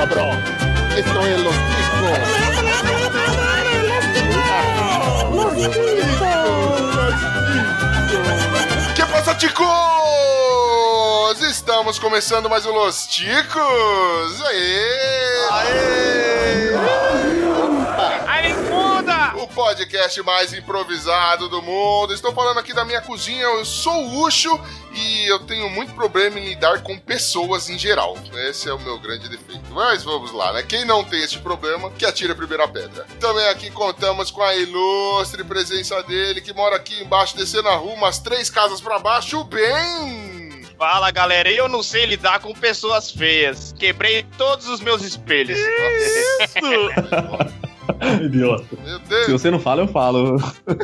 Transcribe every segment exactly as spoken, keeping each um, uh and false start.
cabrón. Esto es Los Ticos. Los Ticos. Que passa, ticos? Estamos começando mais um Los Ticos. Aê! Aê! Aí, muda! O podcast mais improvisado do mundo. Estou falando aqui da minha cozinha. Eu sou o Ucho e eu tenho muito problema em lidar com pessoas em geral. Esse é o meu grande defeito. Mas vamos lá, né? Quem não tem esse problema, que atire a primeira pedra. Também aqui contamos com a ilustre presença dele, que mora aqui embaixo, descendo a rua, umas três casas pra baixo, o Ben! Fala, galera, eu não sei lidar com pessoas feias. Quebrei todos os meus espelhos. Isso! Idiota. Meu Deus. Se você não fala, eu falo.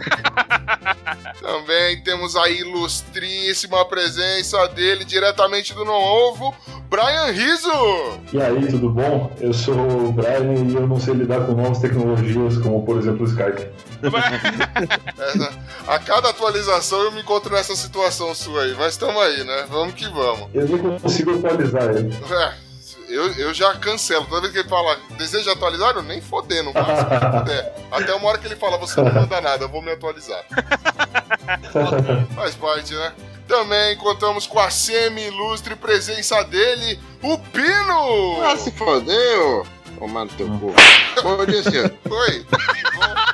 Também temos a ilustríssima presença dele, diretamente do Novo, Brian Rizzo. E aí, tudo bom? Eu sou o Brian e eu não sei lidar com novas tecnologias, como por exemplo o Skype. Essa, a cada atualização eu me encontro nessa situação sua aí, mas estamos aí, né? Vamos que vamos. Eu nem consigo atualizar ele. É. Eu, eu já cancelo. Toda vez que ele fala, deseja atualizar, eu nem foder, não faço. Até, até uma hora que ele fala, você não manda nada, eu vou me atualizar. Faz parte, né? Também contamos com a semi-ilustre presença dele, o Pino! Ah, se fodeu! Ô, mano, teu cu. Bom dia, senhor. Oi, tudo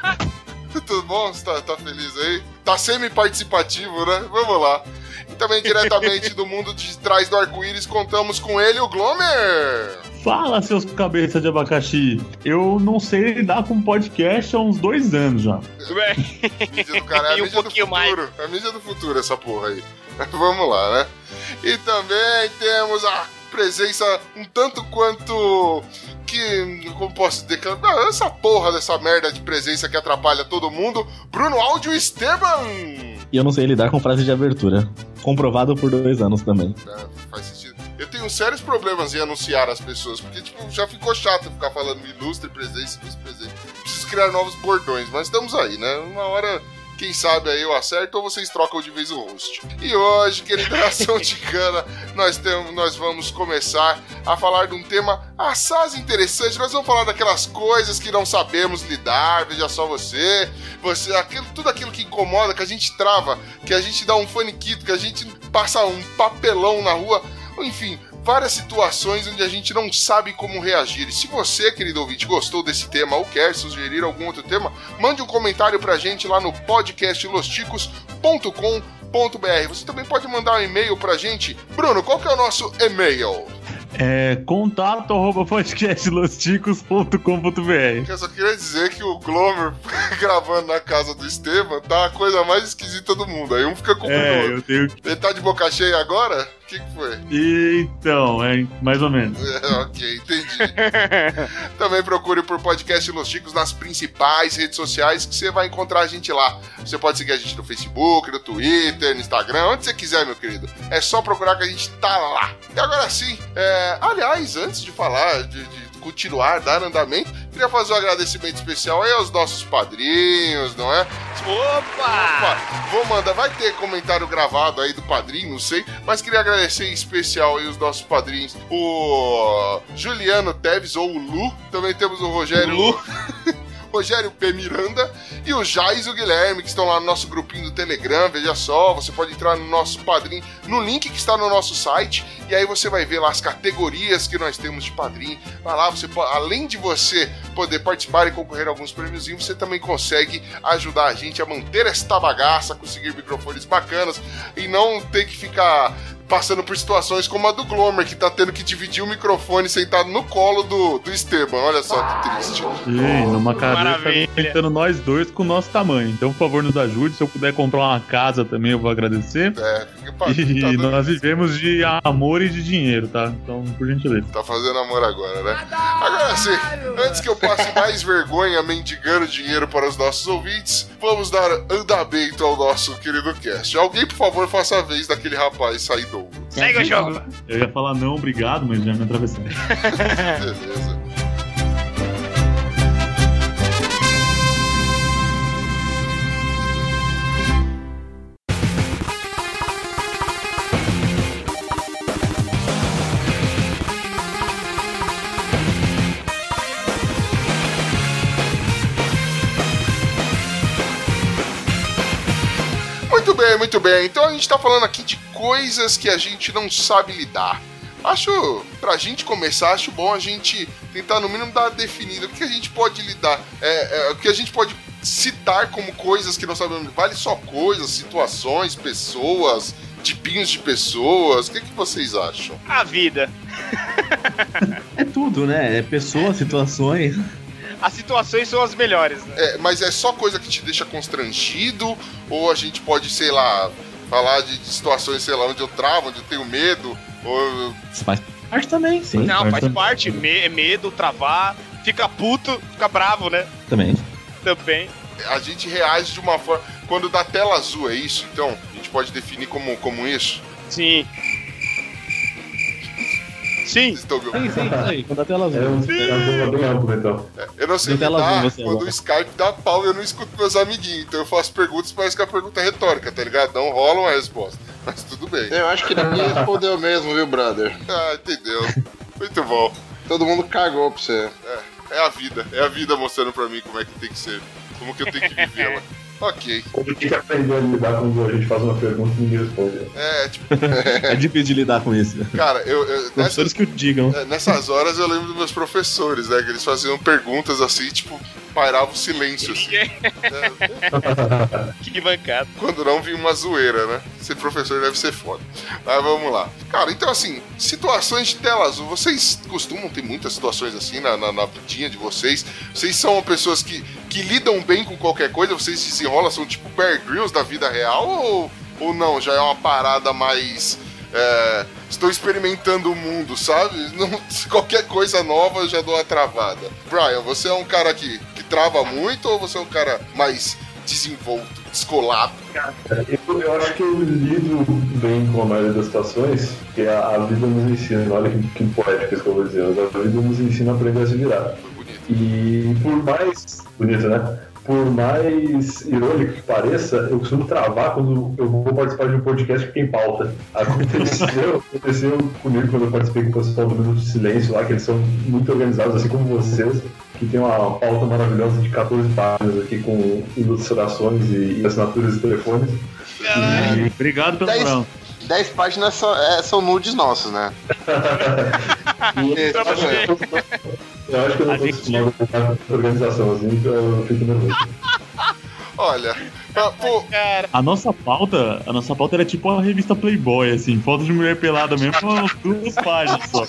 bom? Tudo bom? Você tá, tá feliz aí? Tá semi-participativo, né? Vamos lá. E também diretamente do mundo de trás do arco-íris, contamos com ele, o Glomer! Fala, seus cabeças de abacaxi. Eu não sei lidar com podcast há uns dois anos já. Mídia do cara, é a E um mídia do pouquinho futuro. mais. É a mídia do futuro, essa porra aí. Vamos lá, né? E também temos a presença um tanto quanto que, como posso dizer, que- ah, essa porra dessa merda de presença que atrapalha todo mundo, Bruno Áudio Esteban! E eu não sei lidar com frase de abertura. Comprovado por dois anos também. É, faz sentido. Eu tenho sérios problemas em anunciar as pessoas, porque, tipo, já ficou chato ficar falando ilustre presença, ilustre presença. Preciso criar novos bordões, mas estamos aí, né? Uma hora, quem sabe aí eu acerto ou vocês trocam de vez o host. E hoje, querida nação ticana, nós, temos, nós vamos começar a falar de um tema assaz interessante. Nós vamos falar daquelas coisas que não sabemos lidar, veja só você, você aquilo, tudo aquilo que incomoda, que a gente trava, que a gente dá um faniquito, que a gente passa um papelão na rua, enfim, várias situações onde a gente não sabe como reagir. E se você, querido ouvinte, gostou desse tema ou quer sugerir algum outro tema, mande um comentário pra gente lá no podcast los ticos ponto com ponto b r. Você também pode mandar um e-mail pra gente. Bruno, qual que é o nosso e-mail? É contato arroba podcast los ticos ponto com ponto b r. Eu só queria dizer que o Glomer gravando na casa do Esteban tá a coisa mais esquisita do mundo. Aí um fica com É, o eu tenho. Ele tá de boca cheia agora? O que, que foi? Então, é mais ou menos. É, ok, entendi. Também procure por Podcast Los Ticos nas principais redes sociais que você vai encontrar a gente lá. Você pode seguir a gente no Facebook, no Twitter, no Instagram, onde você quiser, meu querido. É só procurar que a gente tá lá. E agora sim, é, aliás, antes de falar, de, de continuar, dar andamento, queria fazer um agradecimento especial aí aos nossos padrinhos, não é? Opa! Opa, vou mandar, vai ter comentário gravado aí do padrinho, não sei, mas queria agradecer em especial aí os nossos padrinhos, o Juliano Teves, ou o Lu, também temos o Rogério Lu. Rogério P. Miranda e o Jais e o Guilherme, que estão lá no nosso grupinho do Telegram. Veja só, você pode entrar no nosso padrinho, no link que está no nosso site, e aí você vai ver lá as categorias que nós temos de padrinho. Vai lá, você pode, além de você poder participar e concorrer a alguns prêmiozinhos, você também consegue ajudar a gente a manter esta bagaça, conseguir microfones bacanas e não ter que ficar passando por situações como a do Glomer, que tá tendo que dividir o microfone sentado no colo do, do Esteban. Olha só que triste. Sim, numa cadeira tá Maravilha. aguentando nós dois com o nosso tamanho. Então, por favor, nos ajude. Se eu puder comprar uma casa também, eu vou agradecer. É, fica pra, E tá, dando- nós vivemos de amor e de dinheiro, tá? Então, por gentileza. tá fazendo amor agora, né? Agora sim, antes que eu passe mais vergonha mendigando dinheiro para os nossos ouvintes, vamos dar andamento ao nosso querido cast. Alguém, por favor, faça a vez daquele rapaz saído. Segue o jogo. Eu ia falar não, obrigado, mas já me atravessei. Beleza. bem, muito bem. Então a gente tá falando aqui de coisas que a gente não sabe lidar. Acho, pra gente começar, acho bom a gente tentar no mínimo dar uma definida. O que a gente pode lidar, é, é, o que a gente pode citar como coisas que não sabemos. Vale só coisas, situações, pessoas, tipinhos de pessoas. O que, que vocês acham? A vida. É tudo, né? É pessoas, situações. As situações são as melhores, né? É, mas é só coisa que te deixa constrangido? Ou a gente pode, sei lá, falar de, de situações, sei lá, onde eu travo, onde eu tenho medo? Ou... Faz parte também, sim. Não, faz faz também. parte. Me- medo, travar, fica puto, fica bravo, né? Também. Também. A gente reage de uma forma... Quando dá tela azul, é isso? Então, a gente pode definir como, como isso? Sim. Sim. Vocês estão ouvindo? Sim, sim, isso aí. Quando a tela azul. É um tema bem amplo, então. Eu não sei Tem tela lidar azul, você, quando Alô. o Skype dá pau e eu não escuto meus amiguinhos. Então eu faço perguntas, parece que a pergunta é retórica, tá ligado? Não rola uma resposta. Mas tudo bem. Eu acho que ninguém respondeu mesmo, viu, brother? Ah, entendeu. Muito bom. Todo mundo cagou pra você. É, é a vida. É a vida mostrando pra mim como é que tem que ser. Como que eu tenho que vivê-la. Ok. A gente tem que aprender a lidar quando a gente faz uma pergunta e ninguém responde. É, tipo, É difícil de lidar com isso. cara, eu... eu nessa, Professores que o digam. é, nessas horas eu lembro dos meus professores, né? Que eles faziam perguntas assim, tipo, pairava o silêncio, assim. É, Que bancada. quando não vinha uma zoeira, né? Ser professor deve ser foda. Mas vamos lá. Cara, então assim, situações de tela azul. Vocês costumam ter muitas situações assim na, na, na vidinha de vocês? Vocês são pessoas que, que lidam bem com qualquer coisa? Vocês desenrolam, são tipo Bear Grylls da vida real? Ou, ou não? Já é uma parada mais... É, estou experimentando o mundo, sabe? Não, qualquer coisa nova eu já dou uma travada. Brian, você é um cara que, que trava muito ou você é um cara mais desenvolto, descolado? Eu, eu acho que eu lido bem com a maioria das situações, porque a, a vida nos ensina, olha que, que poético isso que eu vou dizer, a vida nos ensina a aprender a se virar. Foi bonito. E por mais... Bonito, né? Por mais irônico que pareça, eu costumo travar quando eu vou participar de um podcast que tem pauta. Aconteceu, aconteceu comigo quando eu participei com o pessoal do Minuto de Silêncio lá, que eles são muito organizados, assim como vocês, que tem uma pauta maravilhosa de catorze páginas aqui com ilustrações e, e assinaturas de telefones. E obrigado pelo Dez- moral. Dez páginas são, é, são nudes nossos, né? E, Pra você. eu acho que eu não A tô gente- acostumado com a organização, assim, então eu fico nervoso. Olha, pra- pô, Cara, A nossa pauta, a nossa pauta era tipo uma revista Playboy, assim, foto de mulher pelada mesmo, umas duas páginas só.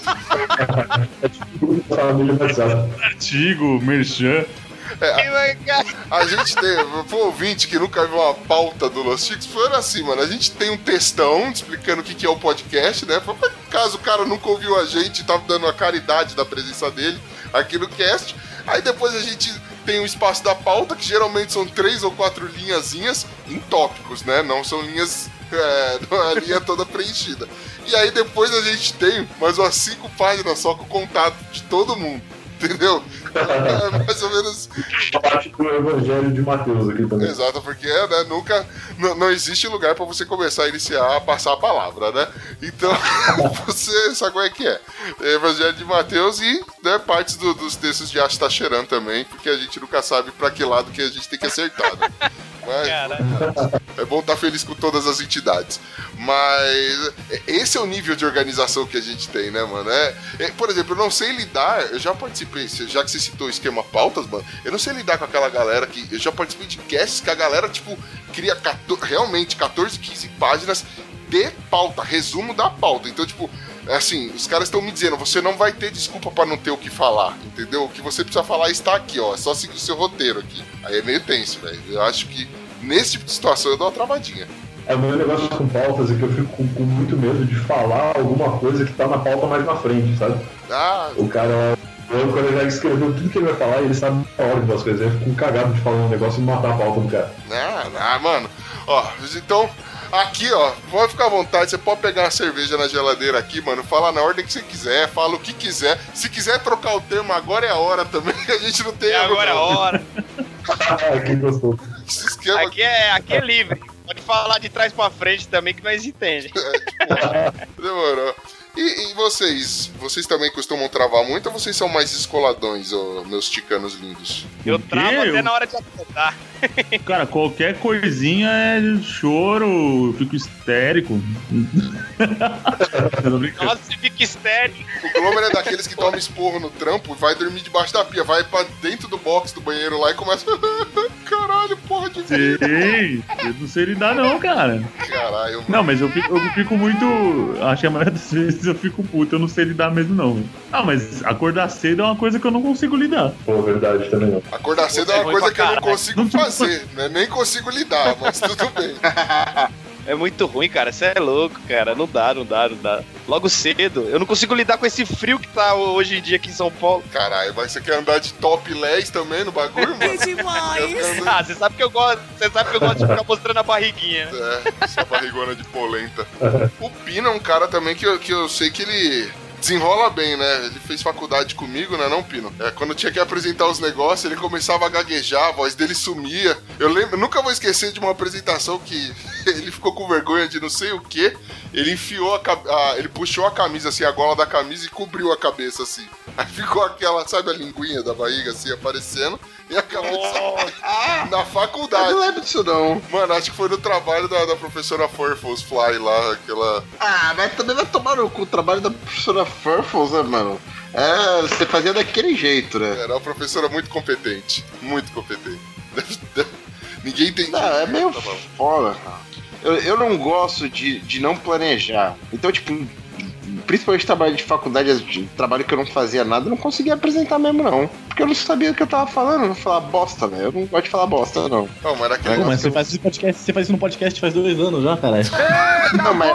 É tipo família WhatsApp. Artigo, merchan. que bancada. a gente tem, pro ouvinte que nunca viu uma pauta do Los Chicos, foi assim, mano, a gente tem um textão explicando o que que é o podcast, né? Pra- pra- Caso o cara nunca ouviu a gente, tava dando a caridade da presença dele aqui no cast. Aí depois a gente tem o espaço da pauta, que geralmente são três ou quatro linhazinhas em tópicos, né? Não são linhas, é, não é a linha toda preenchida. E aí depois a gente tem mais umas cinco páginas só com o contato de todo mundo, entendeu? É mais ou menos... A parte do Evangelho de Mateus aqui também. Exato, porque né, nunca... Não, não existe lugar pra você começar a iniciar a passar a palavra, né? Então, você sabe como é que é. Evangelho de Mateus e né, partes do- dos textos de Astacheran também, porque a gente nunca sabe pra que lado que a gente tem que acertar, né? Mas, Caralho. é bom estar feliz com todas as entidades. Mas esse é o nível de organização que a gente tem, né, mano? É, é, por exemplo, eu não sei lidar. Eu já participei, já que você citou o esquema pautas, mano. Eu não sei lidar com aquela galera que. Eu já participei de casts que a galera, tipo, cria quatorze, realmente catorze, quinze páginas de pauta, resumo da pauta. Então, tipo, assim, os caras estão me dizendo, você não vai ter desculpa pra não ter o que falar, entendeu? O que você precisa falar está aqui, ó. É só seguir o seu roteiro aqui. Aí é meio tenso, velho. Eu acho que nesse tipo de situação eu dou uma travadinha. É, o meu negócio com pautas é que eu fico com, com muito medo de falar alguma coisa que tá na pauta mais na frente, sabe? Ah, O cara, o cara já escreveu tudo que ele vai falar e ele sabe a ordem das coisas. Eu fico cagado de falar um negócio e matar a pauta do cara. ah, ah, mano. Ó, então, aqui, ó, pode ficar à vontade. Você pode pegar uma cerveja na geladeira aqui, mano. Fala na ordem que você quiser, fala o que quiser. Se quiser trocar o termo, agora é a hora também. A gente não tem É agora a não. hora. Ah, que gostoso. Esse esquema Aqui é, aqui é livre. Pode falar de trás pra frente também que nós entendemos. demorou. E, e vocês? Vocês também costumam travar muito ou vocês são mais escoladões, ô, meus ticanos lindos? Eu O quê? travo até Eu- na hora de apontar. Cara, qualquer coisinha é choro, eu fico histérico. Nossa, você fica histérico. O Glomer é daqueles que toma esporro no trampo e vai dormir debaixo da pia, vai pra dentro do box do banheiro lá e começa. Caralho, porra de vida. Sei, eu não sei lidar não, cara. Caralho, mano. Não, mas eu fico, eu fico muito. Acho que a maioria das vezes eu fico puto, eu não sei lidar mesmo, não. Ah, mas acordar cedo é uma coisa que eu não consigo lidar. Pô, verdade também não. Acordar cedo é uma coisa que eu não consigo fazer, né? Nem consigo lidar, mas tudo bem. É muito ruim, cara. Você é louco, cara. Não dá, não dá, não dá. Logo cedo. Eu não consigo lidar com esse frio que tá hoje em dia aqui em São Paulo. Caralho, mas você quer andar de topless também no bagulho, mano? É demais! Ah, você sabe que eu gosto. Você sabe que eu gosto de ficar mostrando a barriguinha. É, essa barrigona de polenta. O Pino é um cara também que eu, que eu sei que ele desenrola bem, né? Ele fez faculdade comigo, né, não, Pino? É, quando tinha que apresentar os negócios, ele começava a gaguejar, a voz dele sumia. Eu lembro, nunca vou esquecer de uma apresentação que ele ficou com vergonha de não sei o que. Ele enfiou a, a ele puxou a camisa, assim, a gola da camisa e cobriu a cabeça, assim. Aí ficou aquela, sabe, a linguinha da barriga, assim, aparecendo. E a cabeça oh. na faculdade. Eu não lembro disso, não. Mano, acho que foi no trabalho da, da professora Furfles Fly lá, aquela... Ah, mas também vai tomar no cu o trabalho da professora Furfles, né, mano? É, você fazia daquele jeito, né? Era uma professora muito competente. Muito competente. Ninguém tem... Não, é meio tá foda, cara. Eu, eu não gosto de, de não planejar. Então, tipo... Principalmente trabalho de faculdade, de trabalho que eu não fazia nada, eu não conseguia apresentar mesmo, não. Porque eu não sabia o que eu tava falando, eu não falar bosta, velho. Eu não gosto de falar bosta, não. Não, mas era aquele Pô, mas você eu... faz esse podcast, você faz isso no podcast faz dois anos já, caralho. Não, mas...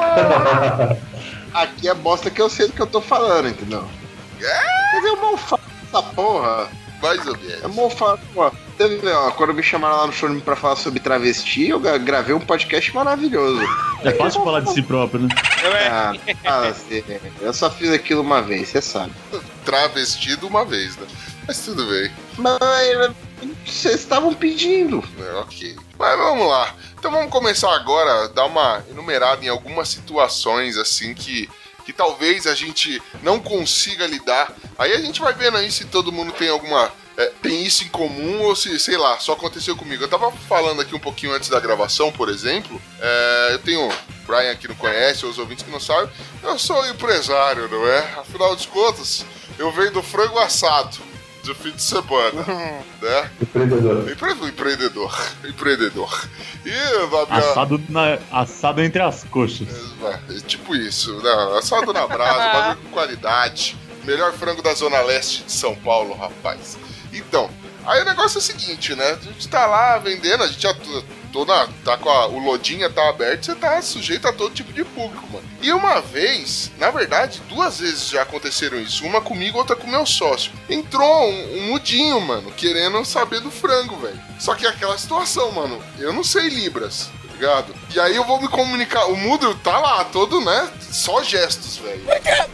Aqui é bosta que eu sei do que eu tô falando, entendeu? Mas eu mal falo essa porra. Mais ou menos. Eu mal falo, pô. Teve, ó, quando me chamaram lá no show pra falar sobre travesti, eu gravei um podcast maravilhoso. É fácil falar de si próprio, né? Ah, fala assim, eu só fiz aquilo uma vez, você sabe. Travestido uma vez, né? Mas tudo bem. Mas vocês estavam pedindo. É, ok. Mas vamos lá. Então vamos começar agora a dar uma enumerada em algumas situações assim que, que talvez a gente não consiga lidar. Aí a gente vai vendo aí se todo mundo tem alguma... É, tem isso em comum ou se, sei lá, só aconteceu comigo. Eu tava falando aqui um pouquinho antes da gravação, por exemplo. É, eu tenho... O Brian que não conhece, ou os ouvintes que não sabem. Eu sou empresário, não é? Afinal de contas, eu venho do frango assado do fim de semana, né? Empreendedor. Empre... Empreendedor. Empreendedor. E na minha... assado, na... assado entre as coxas. É, é tipo isso, né? Assado na brasa, bagulho com qualidade. Melhor frango da Zona Leste de São Paulo, rapaz. Então, aí o negócio é o seguinte, né? A gente tá lá vendendo, a gente já tô na, tá com a, o lodinha tá aberto, você tá sujeito a todo tipo de público, mano. E uma vez, na verdade, duas vezes já aconteceram isso, uma comigo, outra com meu sócio. Entrou um, um mudinho, mano, querendo saber do frango, velho. Só que é aquela situação, mano, eu não sei Libras, tá ligado? E aí eu vou me comunicar, o mudo tá lá, todo, né, só gestos, velho.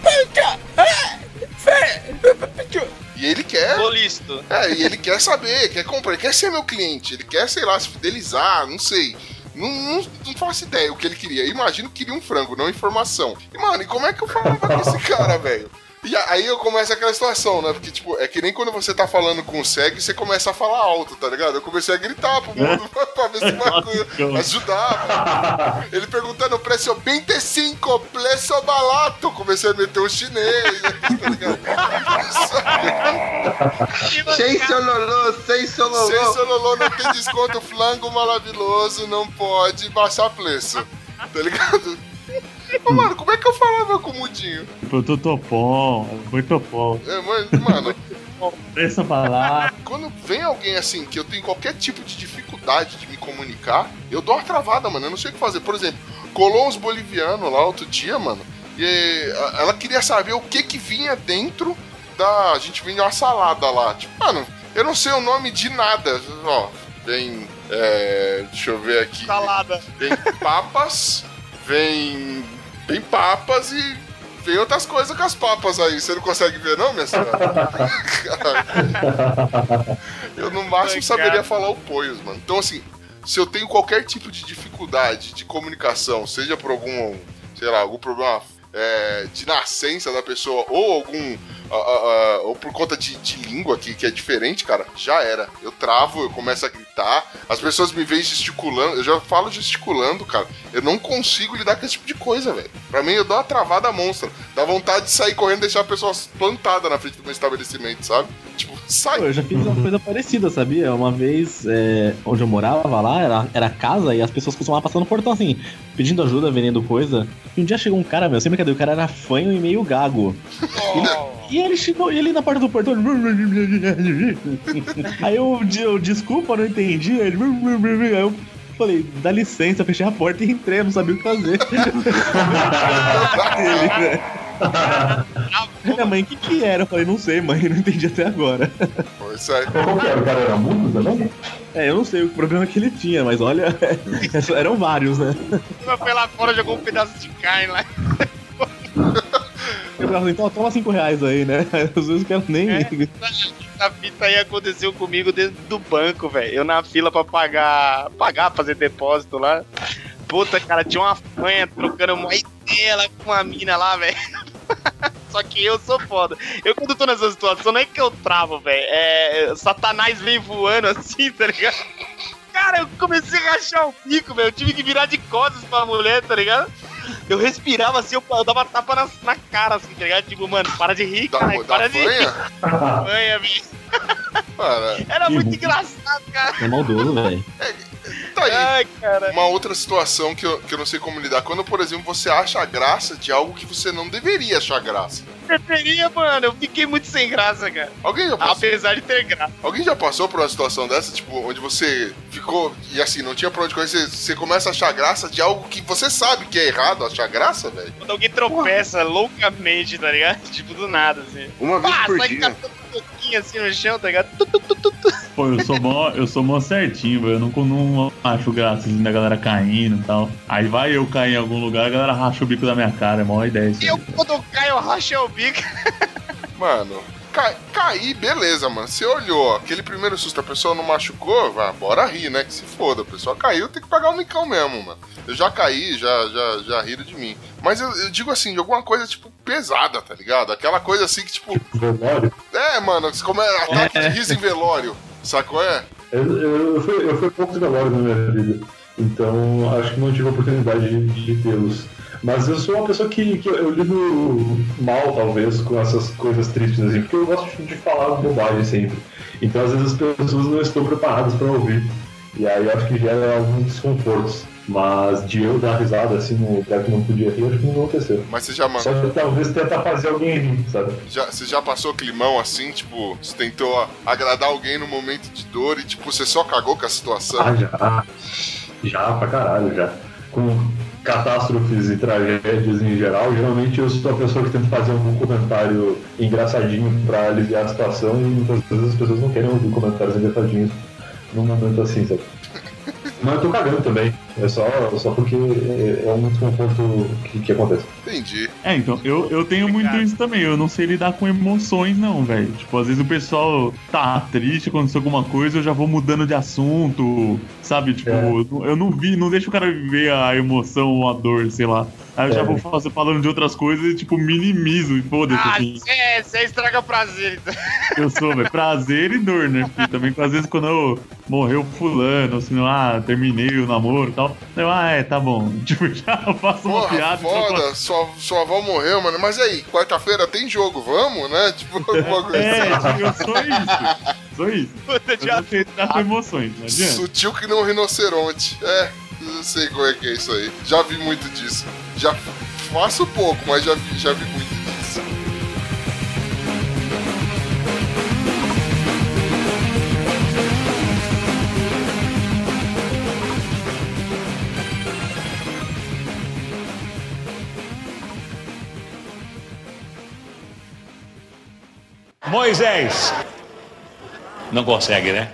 E ele quer... Bolisto. É, e ele quer saber, quer comprar, ele quer ser meu cliente, ele quer, sei lá, se fidelizar, não sei. Não, não, não faço ideia o que ele queria. Imagino que queria um frango, não informação. E, mano, e como é que eu falava com esse cara, velho? E aí eu começo aquela situação, né? Porque, tipo, é que nem quando você tá falando com o cego e você começa a falar alto, tá ligado? Eu comecei a gritar pro mundo pra, pra ver se bagulho ajudava. Ele perguntando o preço vinte e cinco, preço barato. Comecei a meter o chinês, tá ligado? Sem sololô, sem sololô. Sem sololô, não tem desconto, flango maravilhoso, não pode baixar preço, tá ligado? Ô, mano, como é que eu falava com o mudinho? Muito topom, muito bom. É, mas, mano... Essa palavra... Quando vem alguém assim, que eu tenho qualquer tipo de dificuldade de me comunicar, eu dou uma travada, mano, eu não sei o que fazer. Por exemplo, colou uns bolivianos lá outro dia, mano, e ela queria saber o que que vinha dentro da... A gente vinha uma salada lá. Tipo, mano, eu não sei o nome de nada. Ó, vem... É, deixa eu ver aqui. Salada. Vem papas, vem... Vem papas e vem outras coisas com as papas aí. Você não consegue ver, não, minha senhora? Eu no máximo saberia falar o poios, mano. Então, assim, se eu tenho qualquer tipo de dificuldade de comunicação, seja por algum, sei lá, algum problema é, de nascença da pessoa ou algum. Uh, uh, uh, ou por conta de, de língua que, que é diferente, cara, já era. Eu travo, eu começo a gritar. gritar, as pessoas me veem gesticulando, eu já falo gesticulando, cara. Eu não consigo lidar com esse tipo de coisa, velho. Pra mim, eu dou uma travada monstra. Dá vontade de sair correndo e deixar a pessoa plantada na frente do meu estabelecimento, sabe? Tipo, sai. Pô, eu já fiz uma coisa parecida, sabia? Uma vez, é, onde eu morava lá, era, era casa, e as pessoas costumavam passar no portão assim, pedindo ajuda, vendendo coisa. E um dia chegou um cara, meu, sem brincadeira, o cara era fanho e meio gago. Oh. E ele chegou, ele na porta do portão. Aí eu, eu desculpa, não entendi. Aí eu falei, dá licença, fechei a porta e entrei, eu não sabia o que fazer. ele, minha mãe, o que que era? Eu falei, não sei, mãe, não entendi até agora. Isso aí. Qual que era? O cara era mudo também? É, eu não sei o problema que ele tinha, mas olha, eram vários, né? Foi lá fora, jogou um pedaço de carne lá. Eu falei, então toma cinco reais aí, né? Às vezes eu quero nem. É, essa fita aí aconteceu comigo dentro do banco, velho. Eu na fila pra pagar, pagar, fazer depósito lá. Puta, cara, tinha uma fanha trocando uma ideia lá com uma mina lá, velho. Só que eu sou foda. Eu, quando tô nessa situação, não é que eu travo, velho. É. Satanás vem voando assim, tá ligado? Cara, eu comecei a rachar o bico, velho. Eu tive que virar de costas pra mulher, tá ligado? Eu respirava assim, eu, eu dava tapa na, na cara, assim, tá ligado? Tipo, mano, para de rir, Da, cara. da Para de fanha? rir. Fanha, velho. Cara, Era muito Ih, engraçado, cara. É maldoso, velho. tá aí. Ai, cara. Uma outra situação que eu, que eu não sei como lidar. Quando, por exemplo, você acha graça de algo que você não deveria achar graça. Deveria, mano. Eu fiquei muito sem graça, cara. Alguém já passou, Apesar de ter graça. alguém já passou por uma situação dessa, tipo, onde você ficou e assim, não tinha pra onde correr, você, você começa a achar graça de algo que você sabe que é errado achar graça, velho? Quando alguém tropeça loucamente, tá ligado? Tipo, do nada, assim. Uma vez Pá, por sai dia. catando um pouquinho assim no chão, tá ligado? Tu, tu, tu, tu, tu. Pô, eu sou mó, eu sou mó certinho, velho. Eu não, não acho graça assim, da galera caindo e tal. Aí vai eu cair em algum lugar, a galera racha o bico da minha cara. É mó ideia isso. E eu, quando eu caio, eu rachei o bico. Mano, ca cair, beleza, mano. Você olhou, aquele primeiro susto, a pessoa não machucou, vai, bora rir, né? Que se foda, a pessoa caiu, tem que pagar o micão mesmo, mano. Eu já caí, já, já, já riram de mim. Mas eu, eu digo assim, de alguma coisa, tipo, pesada, tá ligado? Aquela coisa assim que, tipo... Velório? É, mano, como é ataque de riso em velório, sacou? É? Eu, eu, eu, fui, eu fui poucos velórios na minha vida, então acho que não tive a oportunidade de, de tê-los. Mas eu sou uma pessoa que, que eu lido mal, talvez, com essas coisas tristes, assim, porque eu gosto de falar bobagem sempre. Então, às vezes, as pessoas não estão preparadas para ouvir. E aí eu acho que gera alguns desconfortos. Mas de eu dar risada, assim, no lugar que não podia rir, acho que não aconteceu. Mas você já, mano, Só que talvez tentar fazer alguém rir, sabe? já, você já passou climão assim, tipo, você tentou agradar alguém no momento de dor e, tipo, você só cagou com a situação? Ah, já. Já, pra caralho, já. Com catástrofes e tragédias em geral, geralmente eu sou a pessoa que tenta fazer um comentário engraçadinho pra aliviar a situação e muitas vezes as pessoas não querem ouvir comentários engraçadinhos num momento assim, sabe? Mas eu tô cagando também, é só, só porque é, é um desconforto que, que acontece. Entendi. É, então, eu, eu tenho muito isso também. Eu não sei lidar com emoções, não, velho. Tipo, às vezes o pessoal tá triste, aconteceu alguma coisa, eu já vou mudando de assunto, sabe? Tipo, É. eu não vi, não deixo o cara viver a emoção ou a dor, sei lá. Aí eu já É. vou fazer, falando de outras coisas e, tipo, minimizo e foda-se, Ah, assim. você estraga prazer, então. Eu sou, velho, prazer e dor, né? Porque também, às vezes, quando eu morreu fulano, assim, ah, terminei o namoro e tal, eu, ah, é, tá bom. Tipo, já faço uma Porra, piada. foda, sua, sua avó morreu, mano. Mas aí, quarta-feira tem jogo, vamos, né? Tipo, alguma coisa É, assim. tipo, eu sou isso. Sou isso. Puta, Eu já não sei lidar com emoções, não adianta. Sutil que nem um rinoceronte. É, eu sei como é que é isso aí. Já vi muito disso. Já faço pouco, mas já vi, já vi muito disso. Moisés. Não consegue, né?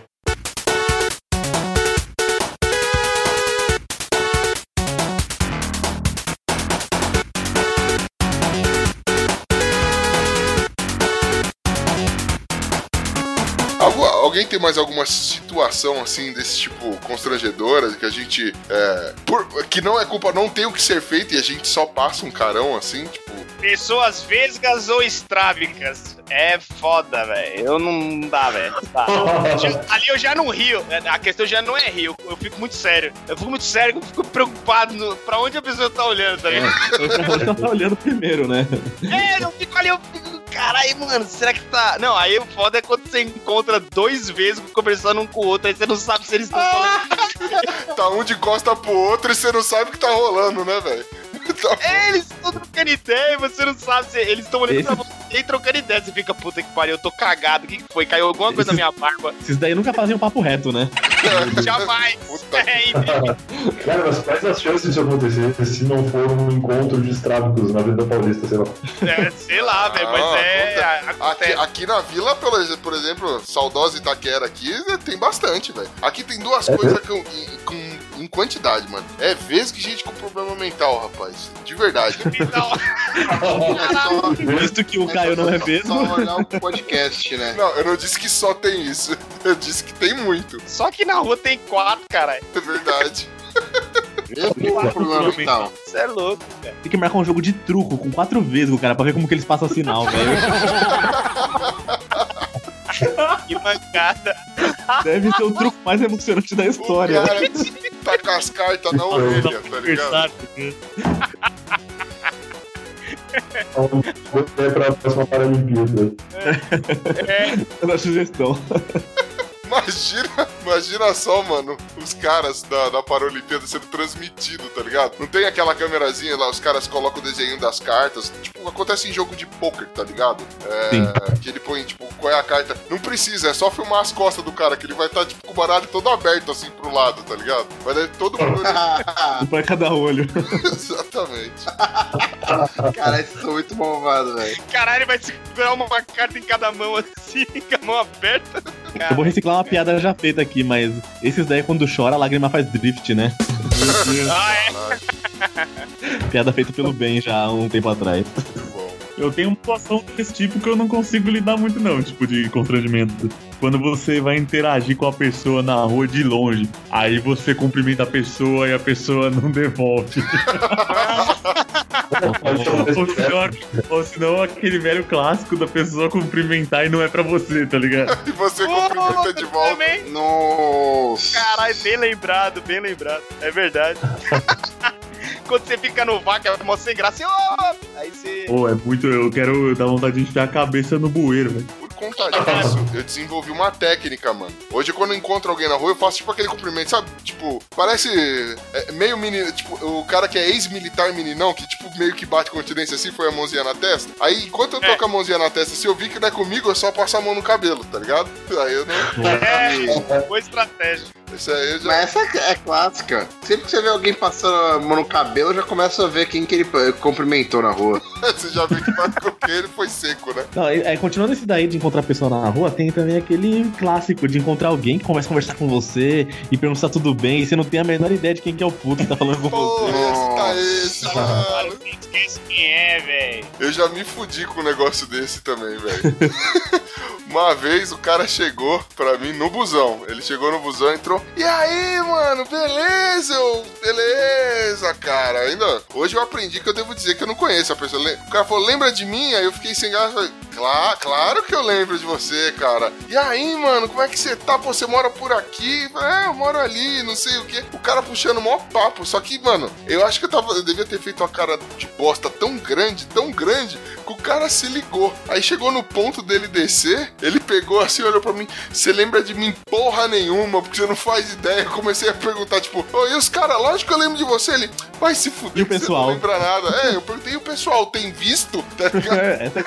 Algu- alguém tem mais alguma situação assim desse tipo constrangedora que a gente é, por- que não é culpa, não tem o que ser feito e a gente só passa um carão assim, tipo, Pessoas vesgas ou estrábicas. É foda, velho. Eu não, não dá, velho. Tá. Ali eu já não rio. A questão já não é rir. Eu fico muito sério. Eu fico muito sério, eu fico preocupado no, pra onde a pessoa tá olhando, tá ligado? É, eu tá olhando primeiro, né? É, eu fico ali, eu fico, caralho, mano, será que tá... Não, aí o foda é quando você encontra dois vesgos conversando um com o outro, aí você não sabe se eles estão falando. Tá um de costa pro outro e você não sabe o que tá rolando, né, velho? Tá é, eles estão trocando ideia, você não sabe se eles estão olhando Esse... pra você e trocando ideia. Você fica, puta que pariu, eu tô cagado, o que, que foi? Caiu alguma coisa Esses... na minha barba. Esses daí nunca fazem um papo reto, né? Jamais. É, cara, mas quais as chances disso acontecer se não for um encontro de estrábicos na Vida Paulista, sei lá? É, sei lá, velho, mas ah, é... Aqui, aqui na vila, por exemplo, saudosa Itaquera aqui, tem bastante, velho. Aqui tem duas é coisas com, com, em quantidade, mano. É vesgo e gente com problema mental, rapaz. De verdade. Visto que o Caio não é vesgo. Só olhar o podcast, né? Não, eu não disse que só tem isso. Eu disse que tem muito. Só que na rua tem quatro, caralho. É verdade. Eu tenho um problema mental. Você é louco, velho. Tem que marcar um jogo de truco com quatro vesgos, cara, pra ver como que eles passam sinal, velho. Que mancada. Deve ser o truco mais emocionante da história. O cara tá com as cartas na orelha, tá ligado? É pra próxima Paralimpíada. É na sugestão. Imagina, imagina só, mano, os caras da, da Paralimpíada sendo transmitido, tá ligado? Não tem aquela câmerazinha lá, os caras colocam o desenho das cartas. Tipo, acontece em jogo de poker, tá ligado? É, Sim. Que ele põe, tipo, qual é a carta. Não precisa, é só filmar as costas do cara, que ele vai estar, tá, tipo, com o baralho todo aberto, assim, pro lado, tá ligado? Vai dar todo mundo... Um pra cada olho. Exatamente. Cara, isso é muito malvado, velho. Caralho, vai segurar uma carta em cada mão, assim, com a mão aberta. Cara. Eu vou reciclar uma piada já feita aqui, mas esses daí quando chora, a lágrima faz drift, né? Ah, é? Piada feita pelo Ben já há um tempo atrás. Eu tenho uma situação desse tipo que eu não consigo lidar muito não, tipo de constrangimento. Quando você vai interagir com a pessoa na rua de longe, aí você cumprimenta a pessoa e a pessoa não devolve. ou, senão, ou senão aquele velho clássico da pessoa cumprimentar e não é pra você, tá ligado? E você cumprimenta oh, de volta. Também. Nossa. Caralho, bem lembrado, bem lembrado. É verdade. Quando você fica no vácuo, é mó sem graça. Oh! Aí você... Pô, é muito... Eu quero dar vontade de enfiar a cabeça no bueiro, velho. Por conta disso, eu desenvolvi uma técnica, mano. Hoje, quando eu encontro alguém na rua, eu faço tipo aquele cumprimento, sabe? Tipo, parece é, meio menino... Tipo, o cara que é ex-militar meninão, que tipo, meio que bate continência assim, foi a mãozinha na testa. Aí, enquanto eu tô é. com a mãozinha na testa, se eu vi que não é comigo, eu só passo a mão no cabelo, tá ligado? Aí eu não... É, boa estratégia. Isso aí eu já... Mas essa é clássica. Sempre que você vê alguém passando a mão no cabelo, já começa a ver quem que ele cumprimentou na rua. Você já viu que bateu com ele foi seco, né? Não, é, continuando esse daí de encontrar pessoa na rua, tem também aquele clássico de encontrar alguém que começa a conversar com você e pergunta se tá tudo bem e você não tem a menor ideia de quem que é o puto que tá falando com Pô, você. Esse tá esse, mano. Esquece quem é, velho. Eu já me fudi com um negócio desse também, velho. Uma vez o cara chegou pra mim no busão. Ele chegou no busão e entrou. E aí, mano, beleza? Eu, beleza, cara. Ainda hoje eu aprendi que eu devo dizer que eu não conheço a pessoa. O cara falou, lembra de mim? Aí eu fiquei sem graça. Falei, claro, claro que eu lembro de você, cara. E aí, mano, como é que você tá? Pô, você mora por aqui? É, eu moro ali, não sei o quê. O cara puxando o maior papo. Só que, mano, eu acho que eu, tava, eu devia ter feito uma cara de bosta tão grande, tão grande, que o cara se ligou. Aí chegou no ponto dele descer, ele pegou assim, olhou pra mim, você lembra de mim porra nenhuma, porque você não faz ideia. Eu comecei a perguntar, tipo, oh, e os caras, lógico que eu lembro de você. Ele, vai se fuder, e o pessoal? Você não lembra nada. É, eu perguntei, e o pessoal, tem visto? Tá ligado? Essa...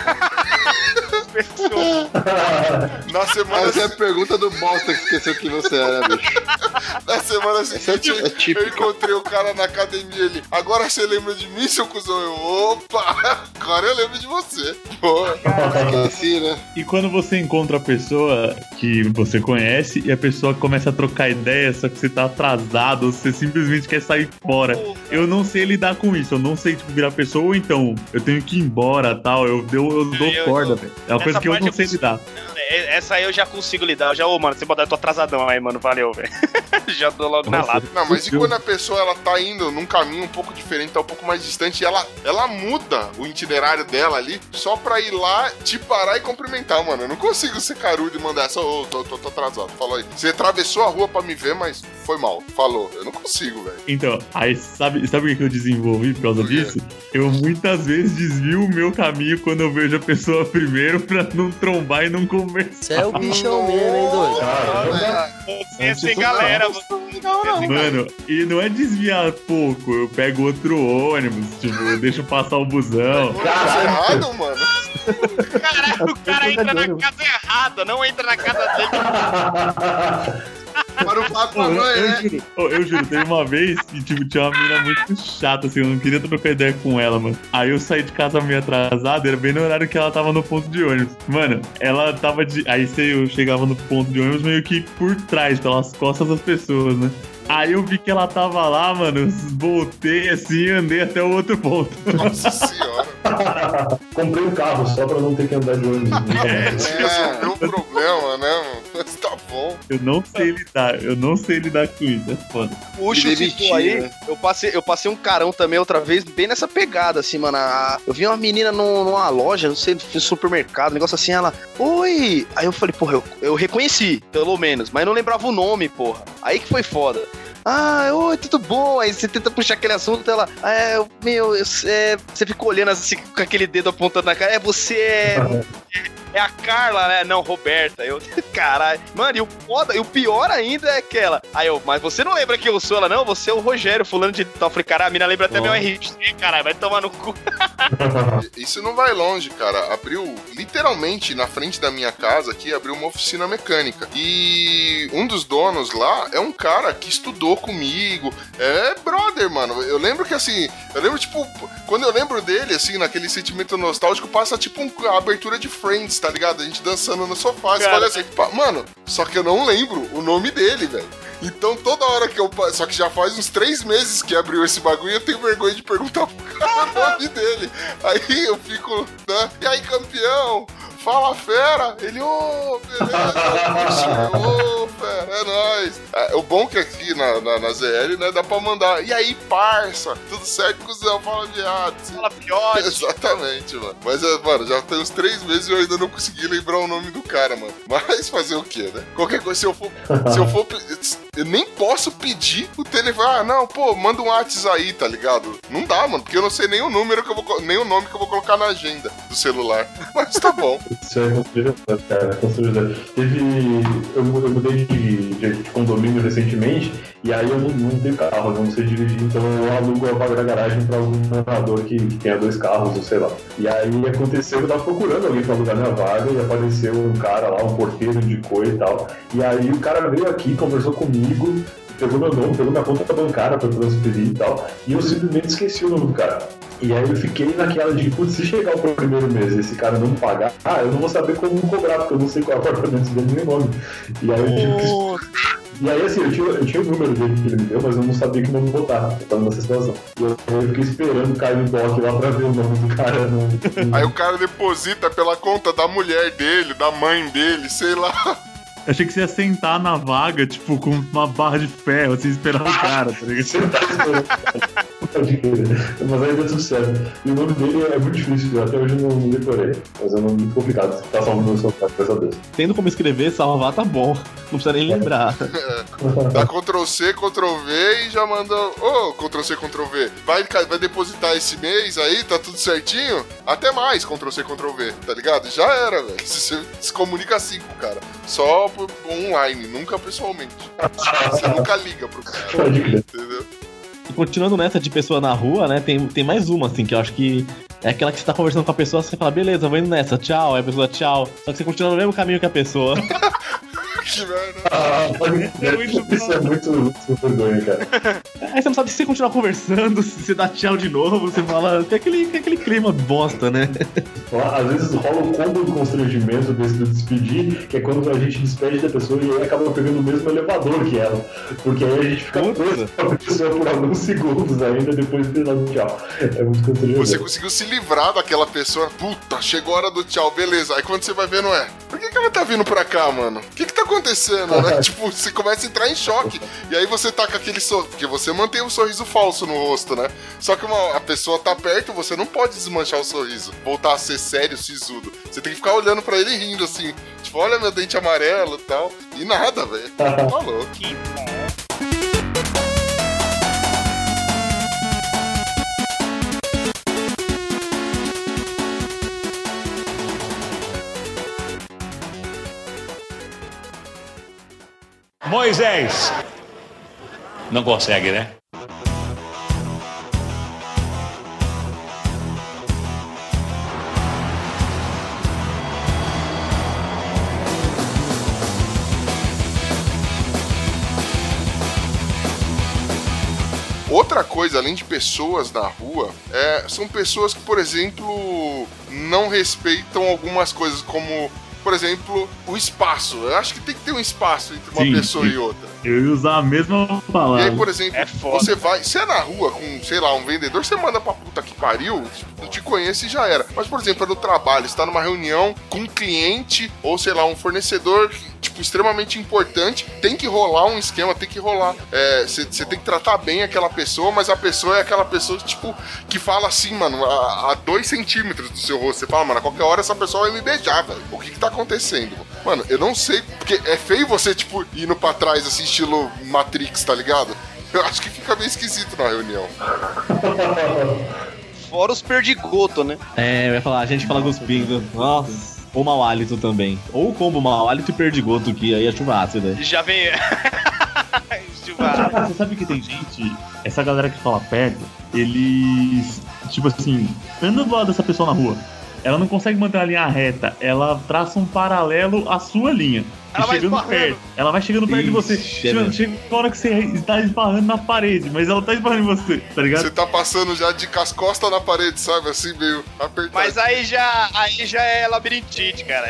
Na semana... Essa é a pergunta do bosta que esqueceu que você era, bicho. Na semana seguinte, é típico. eu encontrei o cara na academia, ele, agora você lembra de mim, seu cuzão? Eu, opa, agora eu lembro de você. Pô, esqueci, né? E quando você encontra a pessoa que você conhece e a pessoa começa a trocar ideia, só que você tá atrasado, você simplesmente quer sair fora. Eu não sei lidar com isso, eu não sei, tipo, virar pessoa, ou então, eu tenho que ir embora, tal, eu, eu, eu dou eu, corda, eu, velho. É uma coisa que eu não sei lidar. essa aí eu já consigo lidar. Eu já, ô, mano, você botar, eu tô atrasadão aí, mano. Valeu, velho. Já dou logo na lata. Não, mas e quando a pessoa ela tá indo num caminho um pouco diferente, tá um pouco mais distante, e ela, ela muda o itinerário dela ali só pra ir lá, te parar e cumprimentar, mano. Eu não consigo ser carudo e mandar essa, ô, oh, tô, tô, tô atrasado. Falou aí. Você atravessou a rua pra me ver, mas foi mal. Falou. Eu não consigo, velho. Então, aí sabe, sabe o que eu desenvolvi por causa disso? Eu muitas vezes desvio o meu caminho quando eu vejo a pessoa primeiro pra não trombar e não conversar. Você é o bichão mesmo, hein, doido? Você é sem galera, você não, não. Mano, e não é desviar pouco, eu pego outro ônibus, tipo, eu deixo passar o busão. Caralho, errado, mano. Caralho, o cara entra na casa errada, não entra na casa dele. Para o papo à mãe, eu, né? juro, eu, eu juro, teve uma vez que tipo, tinha uma menina muito chata, assim, eu não queria trocar ideia com ela, mano. Aí eu saí de casa meio atrasado, era bem no horário que ela tava no ponto de ônibus. Mano, ela tava de. Aí eu chegava no ponto de ônibus meio que por trás, pelas costas das pessoas, né? Aí eu vi que ela tava lá, mano, voltei assim e andei até o outro ponto. Nossa senhora. Comprei um carro só pra não ter que andar de ônibus. É, resolveu o problema, né, mano? Mas tá bom. Eu não sei lidar, eu não sei lidar com isso, é foda. O Ucho citou aí, eu passei, eu passei um carão também outra vez, bem nessa pegada, assim, mano. A, eu vi uma menina no, numa loja, não sei, no supermercado, um negócio assim, ela, oi! Aí eu falei, porra, eu, eu reconheci, pelo menos, mas não lembrava o nome, porra. Aí que foi foda. Ah, oi, tudo bom? Aí você tenta puxar aquele assunto, ela, ah, é, meu, eu, é, você fica olhando assim, com aquele dedo apontando na cara, é, você é... É a Carla, né? Não, Roberta. Eu, caralho. Mano, e o foda, e o pior ainda é aquela. Aí eu, mas você não lembra que eu sou ela, não? Você é o Rogério, fulano de tal. Eu falei, caralho, a mina lembra até oh. meu R G, caralho, vai tomar no cu. Isso não vai longe, cara. Abriu, literalmente, na frente da minha casa aqui, abriu uma oficina mecânica. E um dos donos lá é um cara que estudou comigo. É brother, mano. Eu lembro que, assim, eu lembro, tipo, quando eu lembro dele, assim, naquele sentimento nostálgico, passa, tipo, um, a abertura de Friends, tá ligado? A gente dançando no sofá. Você olha assim, pá, mano, só que eu não lembro o nome dele, velho. Então toda hora que eu... Só que já faz uns três meses que abriu esse bagulho e eu tenho vergonha de perguntar pro cara o nome dele. Aí eu fico, né? E aí, campeão? Fala, fera! Ele, ô, oh, beleza, ô, oh, fera, é nóis. É, o bom que aqui na, na, na Z L, né, dá pra mandar. E aí, parça? Tudo certo, cuzão? Fala, viado. Fala, pior. Exatamente, mano. Mas, mano, já tem uns três meses e eu ainda não consegui lembrar o nome do cara, mano. Mas fazer o quê, né? Qualquer coisa, se eu for... se eu for... Eu nem posso pedir o telefone. Ah, não, pô, manda um WhatsApp aí, tá ligado? Não dá, mano, porque eu não sei nem o número que eu vou... nem o nome que eu vou colocar na agenda do celular. Mas tá bom. Isso é constrangedor, cara, constrangedor. Teve... Eu, eu mudei de, de, de condomínio recentemente, e aí eu não, não tenho carro, eu não sei dirigir, então eu alugo a vaga da garagem pra algum morador que, que tenha dois carros, ou sei lá. E aí aconteceu, eu tava procurando alguém pra alugar minha vaga, e apareceu um cara lá, um porteiro, indicou e tal. E aí o cara veio aqui, conversou comigo, pegou meu nome, pegou minha conta bancária pra transferir e tal, e eu simplesmente esqueci o nome do cara. E aí eu fiquei naquela de, putz, se chegar o primeiro mês e esse cara não pagar, ah, eu não vou saber como cobrar, porque eu não sei qual é o apartamento dele nem nome. E aí eu tive que... E aí assim, eu tinha, eu tinha o número dele que ele me deu, mas eu não sabia que nome botar, eu tava nessa situação. E eu, eu fiquei esperando cair no bloco lá pra ver o nome do cara. No... Aí o cara deposita pela conta da mulher dele, da mãe dele, sei lá. Eu achei que você ia sentar na vaga, tipo, com uma barra de ferro, assim, esperando o cara, tá ligado? Você tá esperando. Mas aí deu tudo certo. E o nome dele é muito difícil, até hoje eu não decorei. Mas é um nome muito complicado. Tá salvando no seu carro, graças a Deus. Tendo como escrever, salvar tá bom. Não precisa nem lembrar. É. Dá control C, control V e já manda. Ô, oh, control C, control V. Vai, vai depositar esse mês aí, tá tudo certinho? Até mais, control C, control V, tá ligado? Já era, velho. Você se comunica assim com o cara. Só por online, nunca pessoalmente. Você nunca liga pro cara. Entendeu? E continuando nessa de pessoa na rua, né, tem, tem mais uma, assim, que eu acho que é aquela que você tá conversando com a pessoa, você fala, beleza, vou indo nessa, tchau, aí a pessoa, tchau. Só que você continua no mesmo caminho que a pessoa. Que merda. Ah, é muito isso é muito, muito vergonha, cara. Aí você não sabe se você continuar conversando, se você dá tchau de novo, você fala, tem aquele, tem aquele clima bosta, né? Às vezes rola um combo de constrangimento desse do despedir, que é quando a gente despede da pessoa e aí acaba pegando o mesmo elevador que ela. Porque aí a gente fica preso com a pessoa por alguns segundos ainda depois de dar um tchau. É muito constrangedor. Você conseguiu se livrar daquela pessoa, puta, chegou a hora do tchau, beleza. Aí quando você vai ver, não é. Por que, que que ela tá vindo pra cá, mano? O que que tá acontecendo, né? Tipo, você começa a entrar em choque. E aí você tá com aquele sorriso, porque você mantém um sorriso falso no rosto, né? Só que uma, a pessoa tá perto, você não pode desmanchar o sorriso, voltar a ser sério, sisudo. Você tem que ficar olhando pra ele rindo, assim. Tipo, olha meu dente amarelo e tal. E nada, velho. Tá louco. Que bom. Moisés. Não consegue, né? Outra coisa, além de pessoas na rua, é, são pessoas que, por exemplo, não respeitam algumas coisas, como, por exemplo, o espaço. Eu acho que tem que ter um espaço entre uma Sim, pessoa sim. e outra. Eu ia usar a mesma E palavra. aí, por exemplo, É foda. você vai, você é na rua com, sei lá, um vendedor, você manda pra puta que pariu, não te conhece e já era. Mas, por exemplo, é no trabalho, você tá numa reunião com um cliente, ou sei lá, um fornecedor, tipo, extremamente importante, tem que rolar um esquema, tem que rolar. É, você você tem que tratar bem aquela pessoa, mas a pessoa é aquela pessoa, tipo, que fala assim, mano, a, a dois centímetros do seu rosto. Você fala, mano, a qualquer hora essa pessoa vai me beijar, velho. O que que tá acontecendo? Mano, eu não sei, porque é feio você, tipo, indo pra trás, assim, estilo Matrix, tá ligado? Eu acho que fica meio esquisito na reunião. Fora os perdigoto, né? É, eu ia falar, a gente fala cuspindo. Nossa. Ou mau hálito também. Ou combo mau hálito e perdigoto, que aí é chuva ácida. Já vem. Chuva. Ah, você sabe que tem gente, essa galera que fala perto, eles, tipo assim, andando do lado dessa pessoa na rua, ela não consegue manter a linha reta, ela traça um paralelo à sua linha. E Ela vai chegando esbarrando. perto, ela vai chegando perto de você. Ixi, Chega, é chega uma hora que você está esbarrando na parede, mas ela tá esbarrando em você, tá ligado? Você tá passando já de com as costas na parede, sabe? Assim, meio apertado. Mas aí já, aí já é labirintite, cara.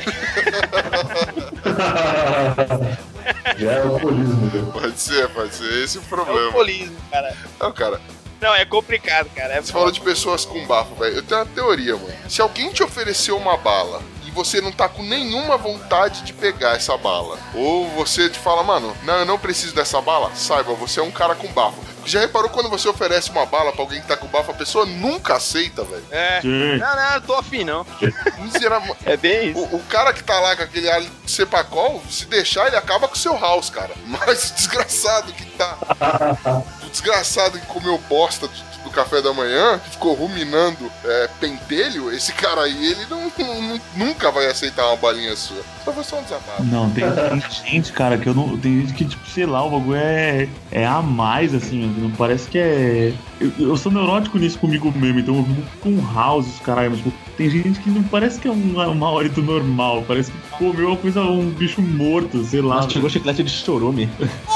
Já é alcoolismo, viu? Pode ser, pode ser. Esse é o É problema. alcoolismo, cara. Não, cara, Não, é complicado, cara. É você falou de pessoas com bafo, velho. Eu tenho uma teoria, mano. Se alguém te ofereceu uma bala e você não tá com nenhuma vontade de pegar essa bala, ou você te fala, mano, não, eu não preciso dessa bala, saiba, você é um cara com bafo. Já reparou quando você oferece uma bala pra alguém que tá com bafo, a pessoa nunca aceita, velho? É. Sim. Não, não, não tô afim, não. Miserável. É bem isso. O, o cara que tá lá com aquele alho de cepacol, se deixar, ele acaba com o seu house, cara. Mas o desgraçado que tá. O desgraçado que comeu bosta do, do café da manhã, que ficou ruminando é, pentelho, esse cara aí, ele não, não- nunca vai aceitar uma balinha sua. Só foi só um desabafo. Não, tem, tem gente, cara, que eu não. Tem gente que, tipo, sei lá, o bagulho é, é a mais, assim, não parece que é. Eu, eu sou neurótico nisso comigo mesmo, então eu vivo com house, os caralho, mas, tipo, tem gente que não parece que é um, um hálito normal, parece que comeu uma coisa, um bicho morto, sei lá. Nossa, chegou chiclete de chorume.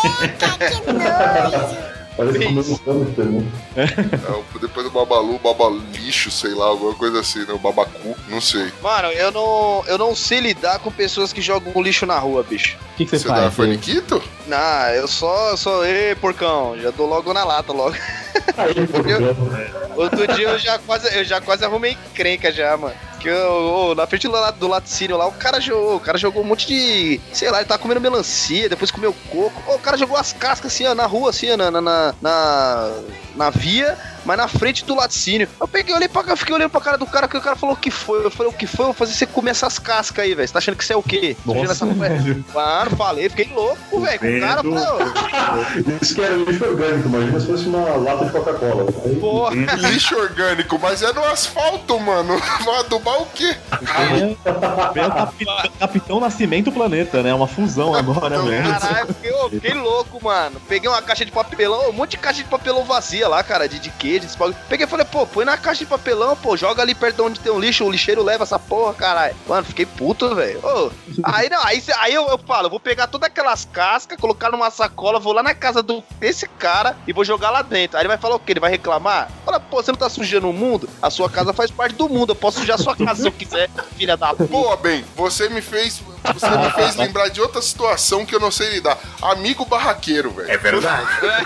Parece que comeu um hamster, né? É, o- depois do babalu, babalixo, sei lá, alguma coisa assim, né? O babacu, não sei. Mano, eu não, eu não sei lidar com pessoas que jogam lixo na rua, bicho. O que, que você, Você dá faz? faniquito? Não, eu só, só, ei, porcão, já dou logo na lata, logo. Aí, porcão. Outro dia eu já quase, eu já quase arrumei encrenca já, mano. Que eu, ô, na frente do, la- do laticínio lá, o cara jogou, o cara jogou um monte de, sei lá, ele tava comendo melancia, depois comeu coco. Ô, o cara jogou as cascas assim, ó, na rua, assim, ó, na, na, na, na, na via, mas na frente do laticínio. Eu peguei, olhei pra cá, fiquei olhando pra cara do cara, que o cara falou o que foi. Eu falei, o que foi? Eu vou fazer você comer essas cascas aí, velho. Você tá achando que você é o quê? Nossa, velho. Claro, falei, fiquei louco, velho, com o cara, Vendo. falou, Isso que era lixo orgânico, imagina se fosse uma lata de Coca-Cola. Aí, porra. Lixo orgânico, mas é no asfalto, mano. Vai adubar o quê? Veio veio o capi- Capitão Nascimento Planeta, né? Uma fusão agora, Capitão velho. Caralho, fiquei, ô, fiquei louco, mano. Peguei uma caixa de papelão, um monte de caixa de papelão vazia lá, cara, de, de queijo, desse bagulho. Peguei e falei, pô, põe na caixa de papelão, pô, joga ali perto de onde tem um lixo, o lixeiro leva essa porra, caralho. Mano, fiquei puto, velho. Ô, Aí não, aí, cê- aí eu, eu falo, eu vou pegar todas aquelas cascas, colocar numa sacola, vou lá na casa do, desse cara e vou jogar lá dentro. Aí ele vai falar o quê? Ele vai reclamar? Fala, pô, você não tá sujando o mundo? A sua casa faz parte do mundo, eu posso sujar a sua casa se eu quiser, filha da puta. Boa, bem, você me fez. Você me fez lembrar de outra situação que eu não sei lidar. Amigo barraqueiro, velho. É verdade.